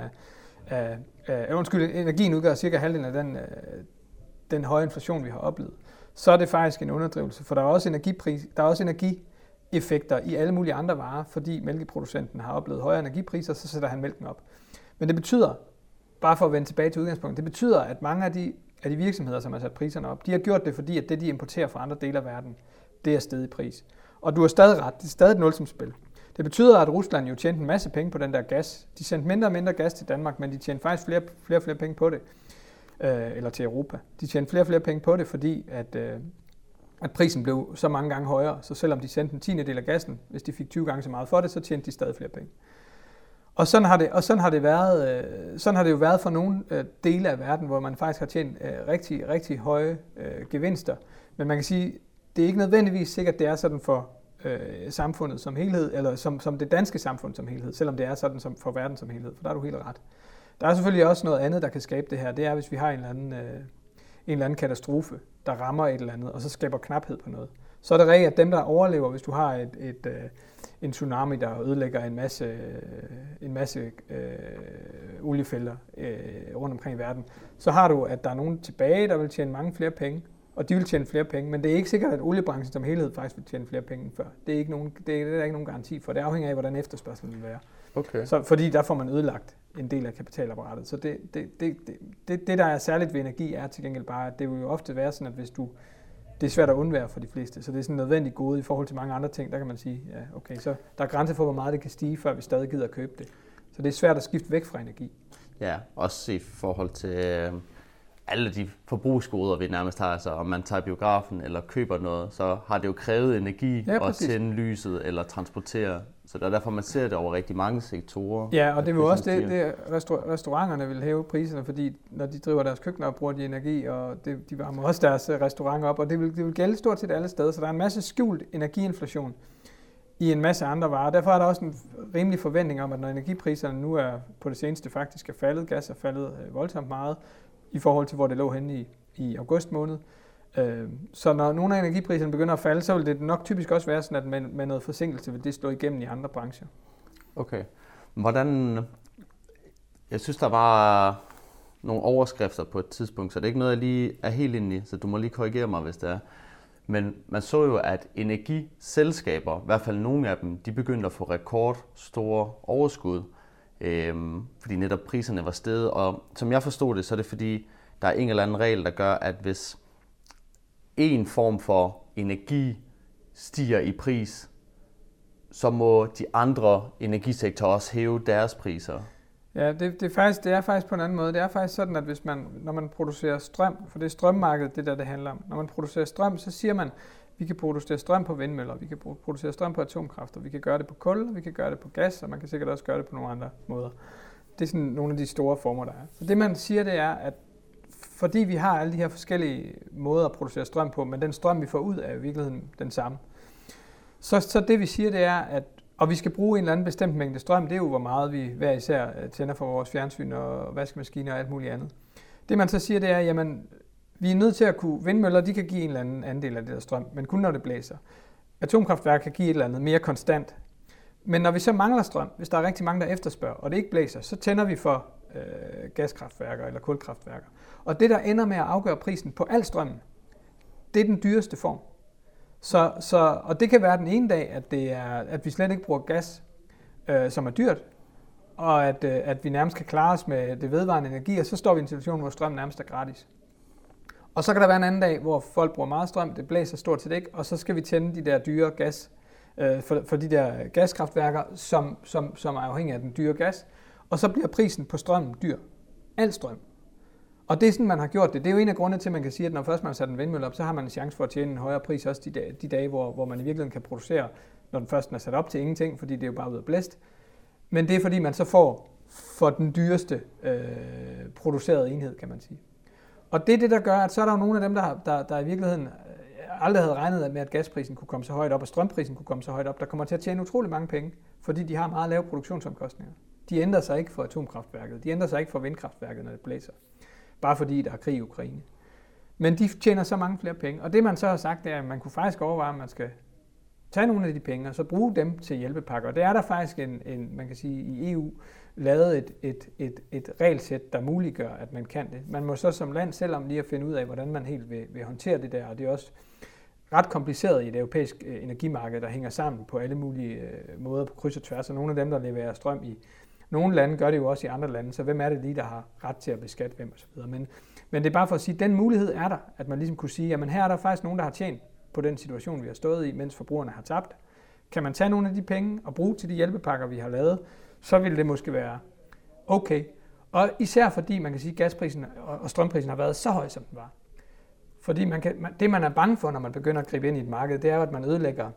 energien udgør cirka halvdelen af den høje inflation, vi har oplevet, så er det faktisk en underdrivelse, for der er også energieffekter i alle mulige andre varer, fordi mælkeproducenten har oplevet højere energipriser, så sætter han mælken op. Men det betyder, bare for at vende tilbage til udgangspunktet, det betyder, at mange af de virksomheder, som har sat priserne op, de har gjort det, fordi at det, de importerer fra andre dele af verden, det er steget i pris. Og du har stadig ret, det er stadig et nulsumsspil. Det betyder, at Rusland jo tjente en masse penge på den der gas. De sendte mindre og mindre gas til Danmark, men de tjente faktisk flere penge på det. Eller til Europa. De tjente flere penge på det, fordi at prisen blev så mange gange højere. Så selvom de sendte en 10. af gassen, hvis de fik 20 gange så meget for det, så tjente de stadig flere penge. Og sådan har det jo været for nogle dele af verden, hvor man faktisk har tjent rigtig, rigtig høje gevinster. Men man kan sige, det er ikke nødvendigvis sikkert, det er sådan for samfundet som helhed, eller som det danske samfund som helhed, selvom det er sådan som for verden som helhed, for der er du helt ret. Der er selvfølgelig også noget andet, der kan skabe det her. Det er, hvis vi har en eller anden katastrofe, der rammer et eller andet, og så skaber knaphed på noget. Så er det rigtigt, at dem, der overlever, hvis du har en tsunami, der ødelægger en masse oliefelter rundt omkring i verden, så har du, at der er nogen tilbage, der vil tjene mange flere penge, og de vil tjene flere penge, men det er ikke sikkert, at oliebranchen som helhed faktisk vil tjene flere penge end før. Det er der ikke nogen garanti for. Det afhænger af, hvordan efterspørgselen vil være. Okay. Så, fordi der får man ødelagt en del af kapitalapparatet. Så det, der er særligt ved energi, er til gengæld bare, at det vil jo ofte være sådan, at det er svært at undvære for de fleste, så det er sådan nødvendigt gode i forhold til mange andre ting. Der kan man sige, ja, okay, så der er grænser for, hvor meget det kan stige, før vi stadig gider at købe det. Så det er svært at skifte væk fra energi. Ja, også i forhold til alle de forbrugsgoder, vi nærmest har. Altså om man tager biografen eller køber noget, så har det jo krævet energi at tænde lyset eller transportere. Så det er derfor, man ser det over rigtig mange sektorer. Ja, og det er jo også det restauranterne vil hæve priserne, fordi når de driver deres køkkener, bruger de energi, og de varmer også deres restauranter op, og det vil gælde stort set alle steder. Så der er en masse skjult energiinflation i en masse andre varer. Derfor er der også en rimelig forventning om, at når energipriserne nu er på det seneste faktisk er faldet, gas er faldet voldsomt meget, i forhold til, hvor det lå henne i august måned. Så når nogle af energipriserne begynder at falde, så vil det nok typisk også være sådan, at med noget forsinkelse vil det slå igennem i andre brancher. Okay. Jeg synes, der var nogle overskrifter på et tidspunkt, så det er ikke noget, jeg lige er helt inde i, så du må lige korrigere mig, hvis det er. Men man så jo, at energiselskaber, i hvert fald nogle af dem, de begyndte at få rekordstore overskud, fordi netop priserne var steget, og som jeg forstod det, så er det fordi, der er en eller anden regel, der gør, at hvis en form for energi stiger i pris, så må de andre energisektorer også hæve deres priser. Ja, det er faktisk på en anden måde. Det er faktisk sådan, at når man producerer strøm, for det er strømmarkedet, det handler om. Når man producerer strøm, så siger man, vi kan producere strøm på vindmøller, vi kan producere strøm på atomkraft, og vi kan gøre det på kul, og vi kan gøre det på gas, og man kan sikkert også gøre det på nogle andre måder. Det er sådan nogle af de store former, der er. Så det man siger, det er, at fordi vi har alle de her forskellige måder at producere strøm på, men den strøm, vi får ud, er i virkeligheden den samme. Så det vi siger, det er, at og vi skal bruge en eller anden bestemt mængde strøm, det er jo, hvor meget vi hver især tænder for vores fjernsyn og vaskemaskiner og alt muligt andet. Det man så siger, det er, jamen, vi er nødt til at kunne, vindmøller, de kan give en eller anden andel af det der strøm, men kun når det blæser. Atomkraftværk kan give et eller andet mere konstant. Men når vi så mangler strøm, hvis der er rigtig mange, der efterspørger, og det ikke blæser, så tænder vi for gaskraftværker eller kulkraftværker. Og det, der ender med at afgøre prisen på al strømmen, det er den dyreste form. Og det kan være den ene dag, at vi slet ikke bruger gas, som er dyrt, og at vi nærmest kan klare os med det vedvarende energi, og så står vi i en situation, hvor strøm nærmest er gratis. Og så kan der være en anden dag, hvor folk bruger meget strøm, det blæser stort set ikke, og så skal vi tænde de der dyre gas, for de der gaskraftværker, som er afhængige af den dyre gas, og så bliver prisen på strømmen dyr. Al strøm. Og det er sådan, man har gjort det. Det er jo en af grundene til, at man kan sige, at når først man har sat en vindmølle op, så har man en chance for at tjene en højere pris også de dage, hvor man i virkeligheden kan producere, når den først er sat op til ingenting, fordi det er jo bare ud af blæst. Men det er fordi, man så får for den dyreste producerede enhed, kan man sige. Og det er det, der gør, at så er der jo nogle af dem, der i virkeligheden aldrig havde regnet med, at gasprisen kunne komme så højt op, og strømprisen kunne komme så højt op, der kommer til at tjene utrolig mange penge, fordi de har meget lave produktionsomkostninger. De ændrer sig ikke for atomkraftværket, de ændrer sig ikke for vindkraftværket, når det blæser. Bare fordi der er krig i Ukraine. Men de tjener så mange flere penge. Og det man så har sagt, det er, at man kunne faktisk overveje, at man skal tage nogle af de penge, og så bruge dem til hjælpepakker. Og det er der faktisk man kan sige, i EU lavet et regelsæt, der muliggør, at man kan det. Man må så som land selv om lige at finde ud af, hvordan man helt vil håndtere det der. Og det er også ret kompliceret i et europæisk energimarked, der hænger sammen på alle mulige måder på kryds og tværs. Og nogle af dem, der leverer strøm i nogle lande, gør det jo også i andre lande, så hvem er det lige, der har ret til at beskatte hvem osv. Men det er bare for at sige, at den mulighed er der, at man ligesom kunne sige, jamen her er der faktisk nogen, der har tjent på den situation, vi har stået i, mens forbrugerne har tabt. Kan man tage nogle af de penge og bruge til de hjælpepakker, vi har lavet, så vil det måske være okay. Og især fordi man kan sige, at gasprisen og strømprisen har været så høj, som den var. Fordi det, man er bange for, når man begynder at gribe ind i et marked, det er jo, at man ødelægger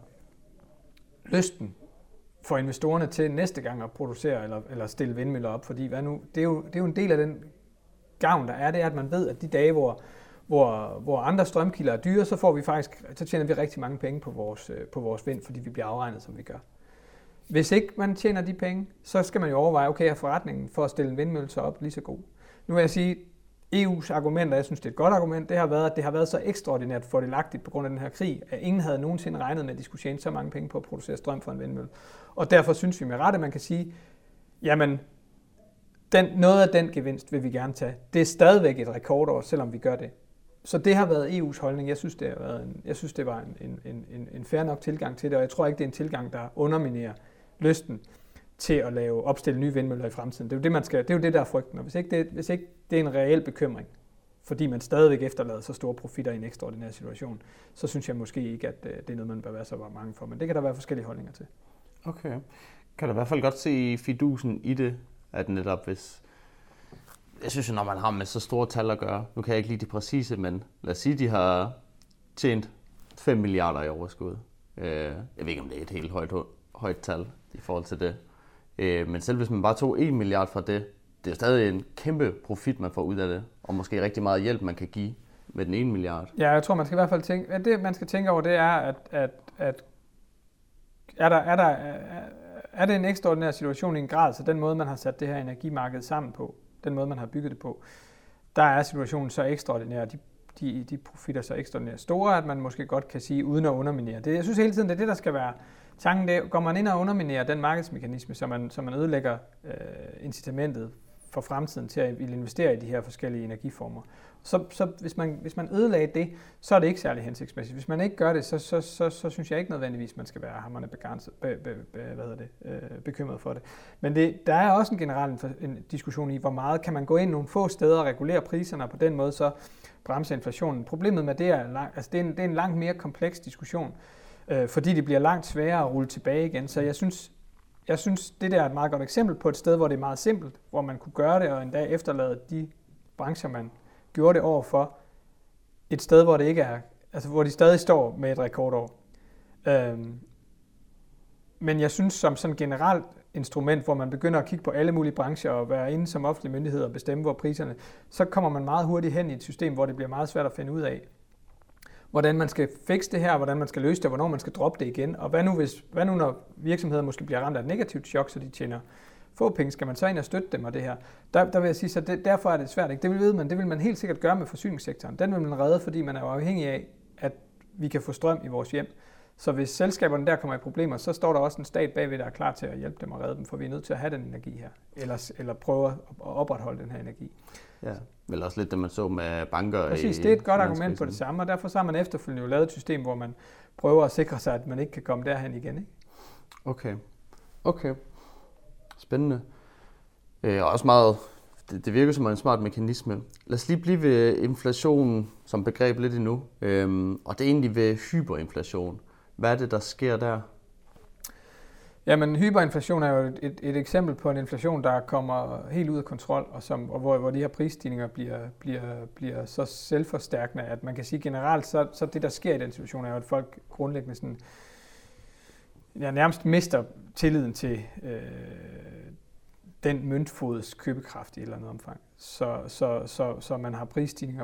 lysten for investorerne til næste gang at producere eller stille vindmøller op. Fordi det er jo en del af den gavn, der er, det er, at man ved, at de dage, hvor andre strømkilder er dyre, så tjener vi rigtig mange penge på vores vind, fordi vi bliver afregnet, som vi gør. Hvis ikke man tjener de penge, så skal man jo overveje, okay, er forretningen for at stille en vindmølle så op lige så god. Nu vil jeg sige, EU's argument, og jeg synes, det er et godt argument, det har været, at det har været så ekstraordinært fordelagtigt på grund af den her krig, at ingen havde nogensinde regnet med, at de skulle tjene så mange penge på at producere strøm for en vindmølle. Og derfor synes vi med rette, man kan sige, jamen, noget af den gevinst vil vi gerne tage. Det er stadigvæk et rekordår, selvom vi gør det. Så det har været EU's holdning. Jeg synes, det var en fair nok tilgang til det, og jeg tror ikke, det er en tilgang, der underminerer lysten til at opstille nye vindmøller i fremtiden. Det er jo det, man skal. Det er jo det, der er frygten. Og hvis ikke det er en reel bekymring, fordi man stadigvæk efterlader så store profitter i en ekstraordinær situation, så synes jeg måske ikke, at det er noget, man bør være så mange for. Men det kan der være forskellige holdninger til. Okay. Kan du i hvert fald godt se fidusen i det, at netop hvis... Jeg synes jo, når man har med så store tal at gøre, nu kan jeg ikke lide de præcise, men lad os sige, de har tjent 5 milliarder i overskud. Jeg ved ikke, om det er et helt højt tal i forhold til det. Men selv hvis man bare tog 1 milliard fra det, det er stadig en kæmpe profit, man får ud af det, og måske rigtig meget hjælp, man kan give med den 1 milliard. Ja, jeg tror, man skal i hvert fald tænke, at det, man skal tænke over, det er, at er det en ekstraordinær situation i en grad, så den måde, man har sat det her energimarked sammen på, den måde, man har bygget det på, der er situationen så ekstraordinær, de profitter så ekstraordinært store, at man måske godt kan sige, uden at underminere det. Jeg synes hele tiden, det er det, der skal være tanken. Det, går man ind og underminerer den markedsmekanisme, så man ødelægger incitamentet for fremtiden til at ville investere i de her forskellige energiformer. Så hvis man ødelagde det, så er det ikke særlig hensigtsmæssigt. Hvis man ikke gør det, så synes jeg ikke nødvendigvis, man skal være hamrende bekymret for det. Men der er også en generel en diskussion i, hvor meget kan man gå ind nogle få steder og regulere priserne, og på den måde så bremse inflationen. Problemet med det er, det er en langt mere kompleks diskussion, fordi det bliver langt sværere at rulle tilbage igen. Så jeg synes, det der er et meget godt eksempel på et sted, hvor det er meget simpelt, hvor man kunne gøre det, og endda efterlade de brancher, man gjorde det over for, et sted, hvor det ikke er, altså hvor de stadig står med et rekordår. Men jeg synes som sådan generelt instrument, hvor man begynder at kigge på alle mulige brancher og være inde som offentlig myndighed og bestemme, hvor priserne, så kommer man meget hurtigt hen i et system, hvor det bliver meget svært at finde ud af, hvordan man skal fikse det her, hvordan man skal løse det, hvornår man skal droppe det igen. Og hvad nu når virksomheder måske bliver ramt af et negativt chok, så de tjener få penge, skal man så ind og støtte dem og det her? Der vil jeg sige, så derfor er det svært. Ikke? Det vil man helt sikkert gøre med forsyningssektoren. Den vil man redde, fordi man er afhængig af, at vi kan få strøm i vores hjem. Så hvis selskaberne der kommer i problemer, så står der også en stat bagved, der er klar til at hjælpe dem og redde dem, for vi er nødt til at have den energi her, eller prøve at opretholde den her energi. Ja, vel også lidt det, man så med banker. Præcis, det er et godt argument på det samme, og derfor så har man efterfølgende jo lavet et system, hvor man prøver at sikre sig, at man ikke kan komme derhen igen. Ikke? Okay. Spændende. Og også meget, det virker som en smart mekanisme. Lad os lige blive ved inflation som begreb lidt endnu, og det er egentlig ved hyperinflation. Hvad er det, der sker der? Jamen, hyperinflation er jo et eksempel på en inflation, der kommer helt ud af kontrol, og hvor de her prisstigninger bliver så selvforstærkende, at man kan sige generelt, så det, der sker i den situation, er jo, at folk grundlæggende sådan, nærmest mister tilliden til den møntfods købekraft i et eller andet omfang. Så man har prisstigninger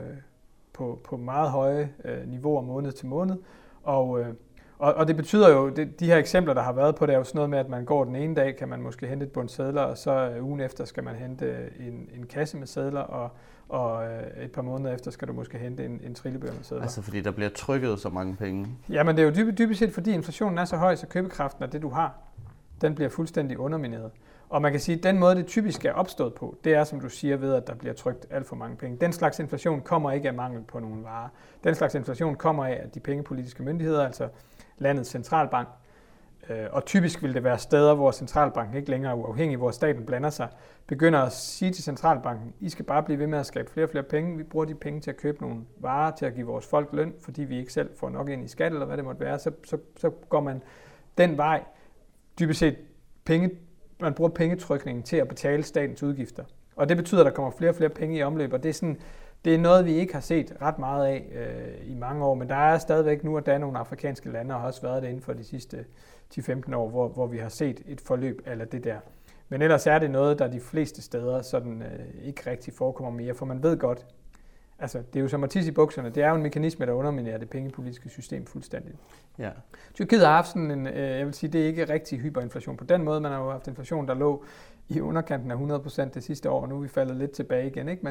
på meget høje niveauer måned til måned, og det betyder jo, de her eksempler, der har været på det, er jo sådan noget med, at man går den ene dag, kan man måske hente et bundt sedler, og så ugen efter skal man hente en kasse med sedler, og et par måneder efter skal du måske hente en trillebør med sedler. Altså fordi der bliver trykket så mange penge? Jamen det er jo dybest set, fordi inflationen er så høj, så købekraften af det, du har, den bliver fuldstændig undermineret. Og man kan sige, at den måde, det typisk er opstået på, det er, som du siger, ved at der bliver trykt alt for mange penge. Den slags inflation kommer ikke af mangel på nogle varer. Den slags inflation kommer af, at de pengepolitiske myndigheder, altså landets centralbank, og typisk vil det være steder, hvor centralbanken ikke længere er uafhængig, hvor staten blander sig, begynder at sige til centralbanken, I skal bare blive ved med at skabe flere og flere penge. Vi bruger de penge til at købe nogle varer, til at give vores folk løn, fordi vi ikke selv får nok ind i skat, eller hvad det måtte være. Så går man den vej, dybest set man bruger pengetrykningen til at betale statens udgifter. Og det betyder, at der kommer flere og flere penge i omløb, og det er noget, vi ikke har set ret meget af i mange år, men der er stadigvæk nu, at der er nogle afrikanske lande, og har også været det inden for de sidste 10-15 år, hvor vi har set et forløb eller det der. Men ellers er det noget, der de fleste steder sådan, ikke rigtig forekommer mere, for man ved godt, altså det er jo som at tisse i bukserne, det er jo en mekanisme, der underminerer det pengepolitiske system fuldstændigt. Ja. Tyrkiet har haft sådan en, jeg vil sige, det er ikke rigtig hyperinflation på den måde, man har jo haft inflation, der lå i underkanten af 100% det sidste år, og nu er vi faldet lidt tilbage igen, ikke?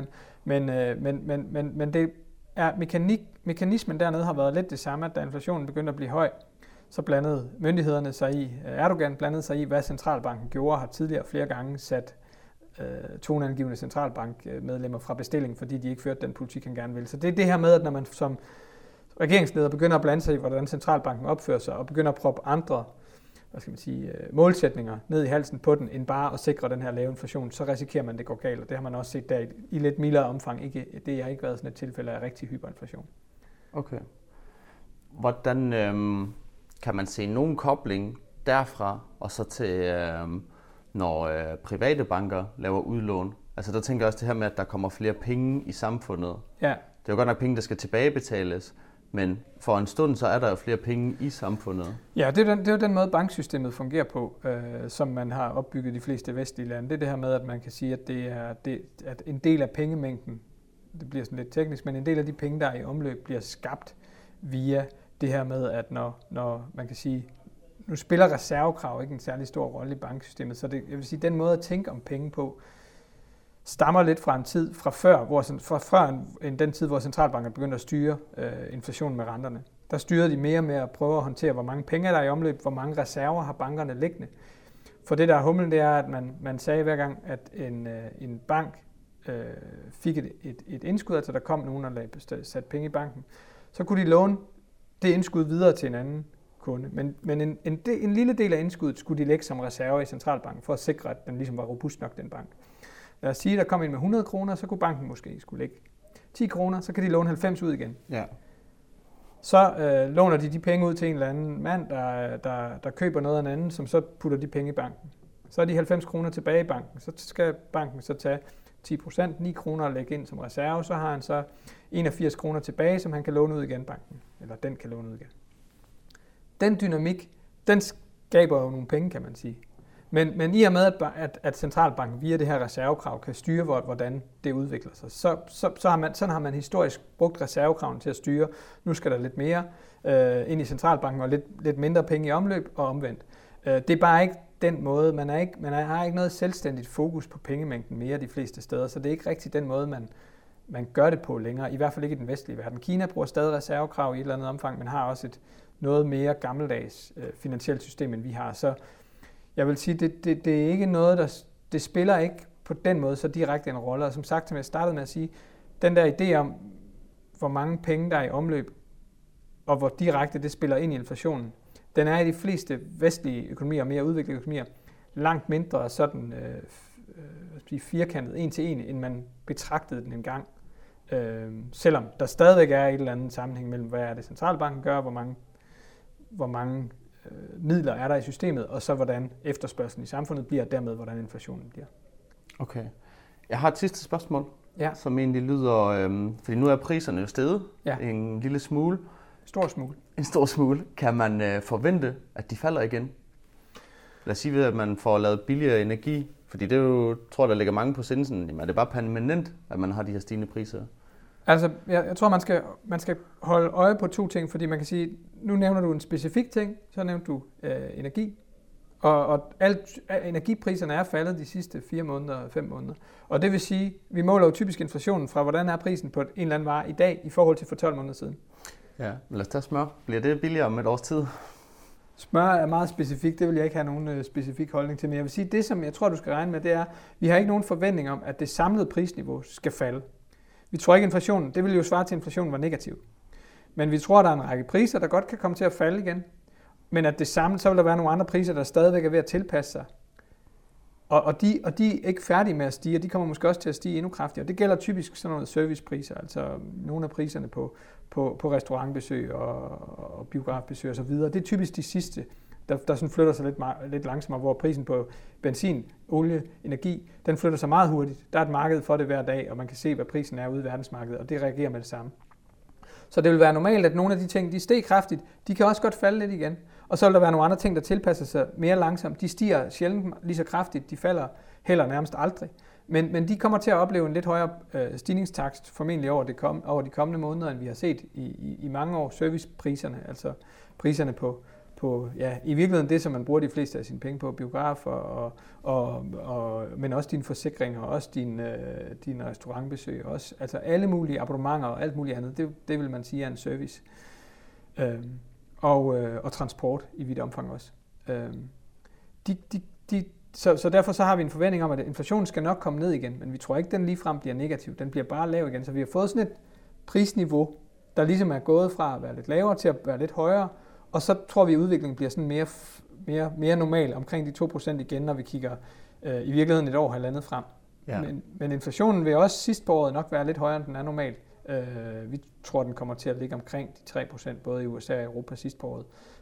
Men det er mekanismen dernede har været lidt det samme, at da inflationen begyndte at blive høj, så blandede myndighederne sig i, Erdogan blandede sig i, hvad centralbanken gjorde, har tidligere flere gange sat toneangivende centralbankmedlemmer fra bestilling, fordi de ikke førte den politik, han gerne ville. Så det er det her med, at når man som regeringsleder begynder at blande sig i, hvordan centralbanken opfører sig, og begynder at proppe andre målsætninger ned i halsen på den, end bare at sikre den her lave inflation, så risikerer man, at det går galt, og det har man også set der i lidt mildere omfang. Det har ikke været sådan et tilfælde af rigtig hyperinflation. Okay. Hvordan kan man se nogen kobling derfra, og så til, når private banker laver udlån? Altså der tænker jeg også det her med, at der kommer flere penge i samfundet. Ja. Det er jo godt nok penge, der skal tilbagebetales, men for en stund, så er der jo flere penge i samfundet. Ja, det er jo den måde, banksystemet fungerer på, som man har opbygget de fleste vestlige lande. Det er det her med, at man kan sige, at en del af pengemængden, det bliver sådan lidt teknisk, men en del af de penge, der er i omløb, bliver skabt via det her med, at når man kan sige, nu spiller reservekrav ikke en særlig stor rolle i banksystemet, så jeg vil sige, den måde at tænke om penge på, stammer lidt fra en tid fra før, end den tid, hvor centralbanken begyndte at styre inflationen med renterne. Der styrede de mere med at prøve at håndtere, hvor mange penge der er i omløb, hvor mange reserver har bankerne liggende. For det, der er humlen, det er, at man sagde hver gang, at en bank fik et indskud, altså der kom nogen og satte penge i banken, så kunne de låne det indskud videre til en anden kunde. Men en lille del af indskuddet skulle de lægge som reserve i centralbanken, for at sikre, at den ligesom var robust nok, den bank. Lad os sige, at der kom ind med 100 kroner, så kunne banken måske skulle lægge 10 kroner, så kan de låne 90 ud igen. Ja. Så låner de penge ud til en eller anden mand, der køber noget af en anden, som så putter de penge i banken. Så er de 90 kroner tilbage i banken. Så skal banken så tage 10%, 9 kroner og lægge ind som reserve. Så har han så 81 kroner tilbage, som han kan låne ud igen banken. Eller den kan låne ud igen. Den dynamik, den skaber jo nogle penge, kan man sige. Men i og med, at centralbanken via det her reservekrav kan styre, hvordan det udvikler sig, så har man historisk brugt reservekraven til at styre. Nu skal der lidt mere ind i centralbanken og lidt mindre penge i omløb og omvendt. Det er bare ikke den måde. Man har ikke noget selvstændigt fokus på pengemængden mere de fleste steder, så det er ikke rigtig den måde, man gør det på længere. I hvert fald ikke i den vestlige verden. Kina bruger stadig reservekrav i et eller andet omfang, men har også et noget mere gammeldags finansielt system, end vi har. Så jeg vil sige, det er ikke noget, det spiller ikke på den måde så direkte en rolle. Og som sagt, som jeg startede med at sige, den der idé om, hvor mange penge der er i omløb, og hvor direkte det spiller ind i inflationen, den er i de fleste vestlige økonomier og mere udviklede økonomier langt mindre sådan firkantet en til en, end man betragtede den engang. Selvom der stadigvæk er et eller andet sammenhæng mellem, hvad er det centralbanken gør, hvor mange midler er der i systemet, og så hvordan efterspørgselen i samfundet bliver, og dermed hvordan inflationen bliver. Okay. Jeg har et sidste spørgsmål, som egentlig lyder, fordi nu er priserne jo steget en lille smule. En stor smule. Kan man forvente, at de falder igen? Lad os sige, at man får lavet billigere energi, fordi det er jo, tror jeg, der ligger mange på sinde, jamen er det bare permanent, at man har de her stigende priser? Altså, jeg tror, man skal holde øje på to ting, fordi man kan sige, nu nævner du en specifik ting, så nævner du energi, og energipriserne er faldet de sidste 4 måneder, 5 måneder. Og det vil sige, vi måler jo typisk inflationen fra, hvordan er prisen på en eller anden vare i dag, i forhold til for 12 måneder siden. Ja, men lad os tage smør. Bliver det billigere om et års tid? Smør er meget specifikt, det vil jeg ikke have nogen specifik holdning til, men jeg vil sige, det som jeg tror, du skal regne med, det er, vi har ikke nogen forventning om, at det samlede prisniveau skal falde. Vi tror ikke, inflationen, det vil jo svare til, at inflationen var negativ. Men vi tror, at der er en række priser, der godt kan komme til at falde igen. Men at det samlet, så vil der være nogle andre priser, der stadigvæk er ved at tilpasse sig. Og de er ikke færdige med at stige, og de kommer måske også til at stige endnu kraftigere. Det gælder typisk sådan noget servicepriser, altså nogle af priserne på restaurantbesøg og biografbesøg osv. Det er typisk de sidste, der sådan flytter sig lidt langsommere, hvor prisen på benzin, olie, energi, den flytter sig meget hurtigt. Der er et marked for det hver dag, og man kan se, hvad prisen er ude i verdensmarkedet, og det reagerer med det samme. Så det vil være normalt, at nogle af de ting, de steg kraftigt, de kan også godt falde lidt igen. Og så vil der være nogle andre ting, der tilpasser sig mere langsomt. De stiger sjældent lige så kraftigt, de falder heller nærmest aldrig. Men de kommer til at opleve en lidt højere stigningstakt, formentlig over de kommende måneder, end vi har set i mange år. Servicepriserne, altså priserne på i virkeligheden det, som man bruger de fleste af sine penge på, biografer, men også dine forsikringer, også dine restaurantbesøg, også, altså alle mulige abonnementer og alt muligt andet, det vil man sige er en service. Og transport i vidt omfang også. Så derfor så har vi en forventning om, at inflationen skal nok komme ned igen, men vi tror ikke, den ligefrem bliver negativ. Den bliver bare lav igen. Så vi har fået sådan et prisniveau, der ligesom er gået fra at være lidt lavere til at være lidt højere, og så tror vi, at udviklingen bliver sådan mere normal omkring de 2% igen, når vi kigger i virkeligheden et år, halvandet frem. Ja. Men inflationen vil også sidst på året nok være lidt højere, end den er normalt. Vi tror, den kommer til at ligge omkring de 3%, både i USA og Europa sidst på året.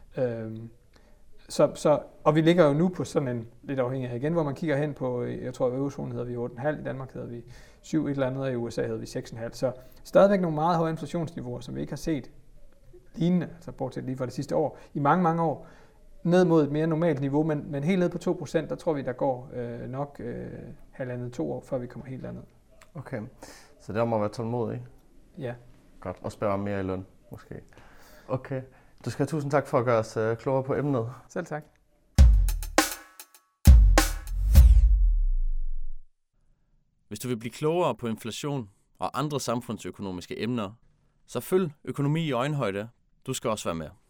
Og vi ligger jo nu på sådan en, lidt afhængig af igen, hvor man kigger hen på, jeg tror, i eurozonen hedder vi 8,5, i Danmark hedder vi 7 et eller andet, og i USA hedder vi 6,5. Så stadigvæk nogle meget høje inflationsniveauer, som vi ikke har set lignende, altså bortset lige fra det sidste år, i mange, mange år, ned mod et mere normalt niveau, men helt ned på 2%, der tror vi, der går nok 1,5-2 år, før vi kommer helt derned. Okay, så der må være tålmodig. Ja. Godt, og spørge om mere i løn, måske. Okay, du skal have tusind tak for at gøre os klogere på emnet. Selv tak. Hvis du vil blive klogere på inflation og andre samfundsøkonomiske emner, så følg Økonomi i øjenhøjde. Du skal også være med.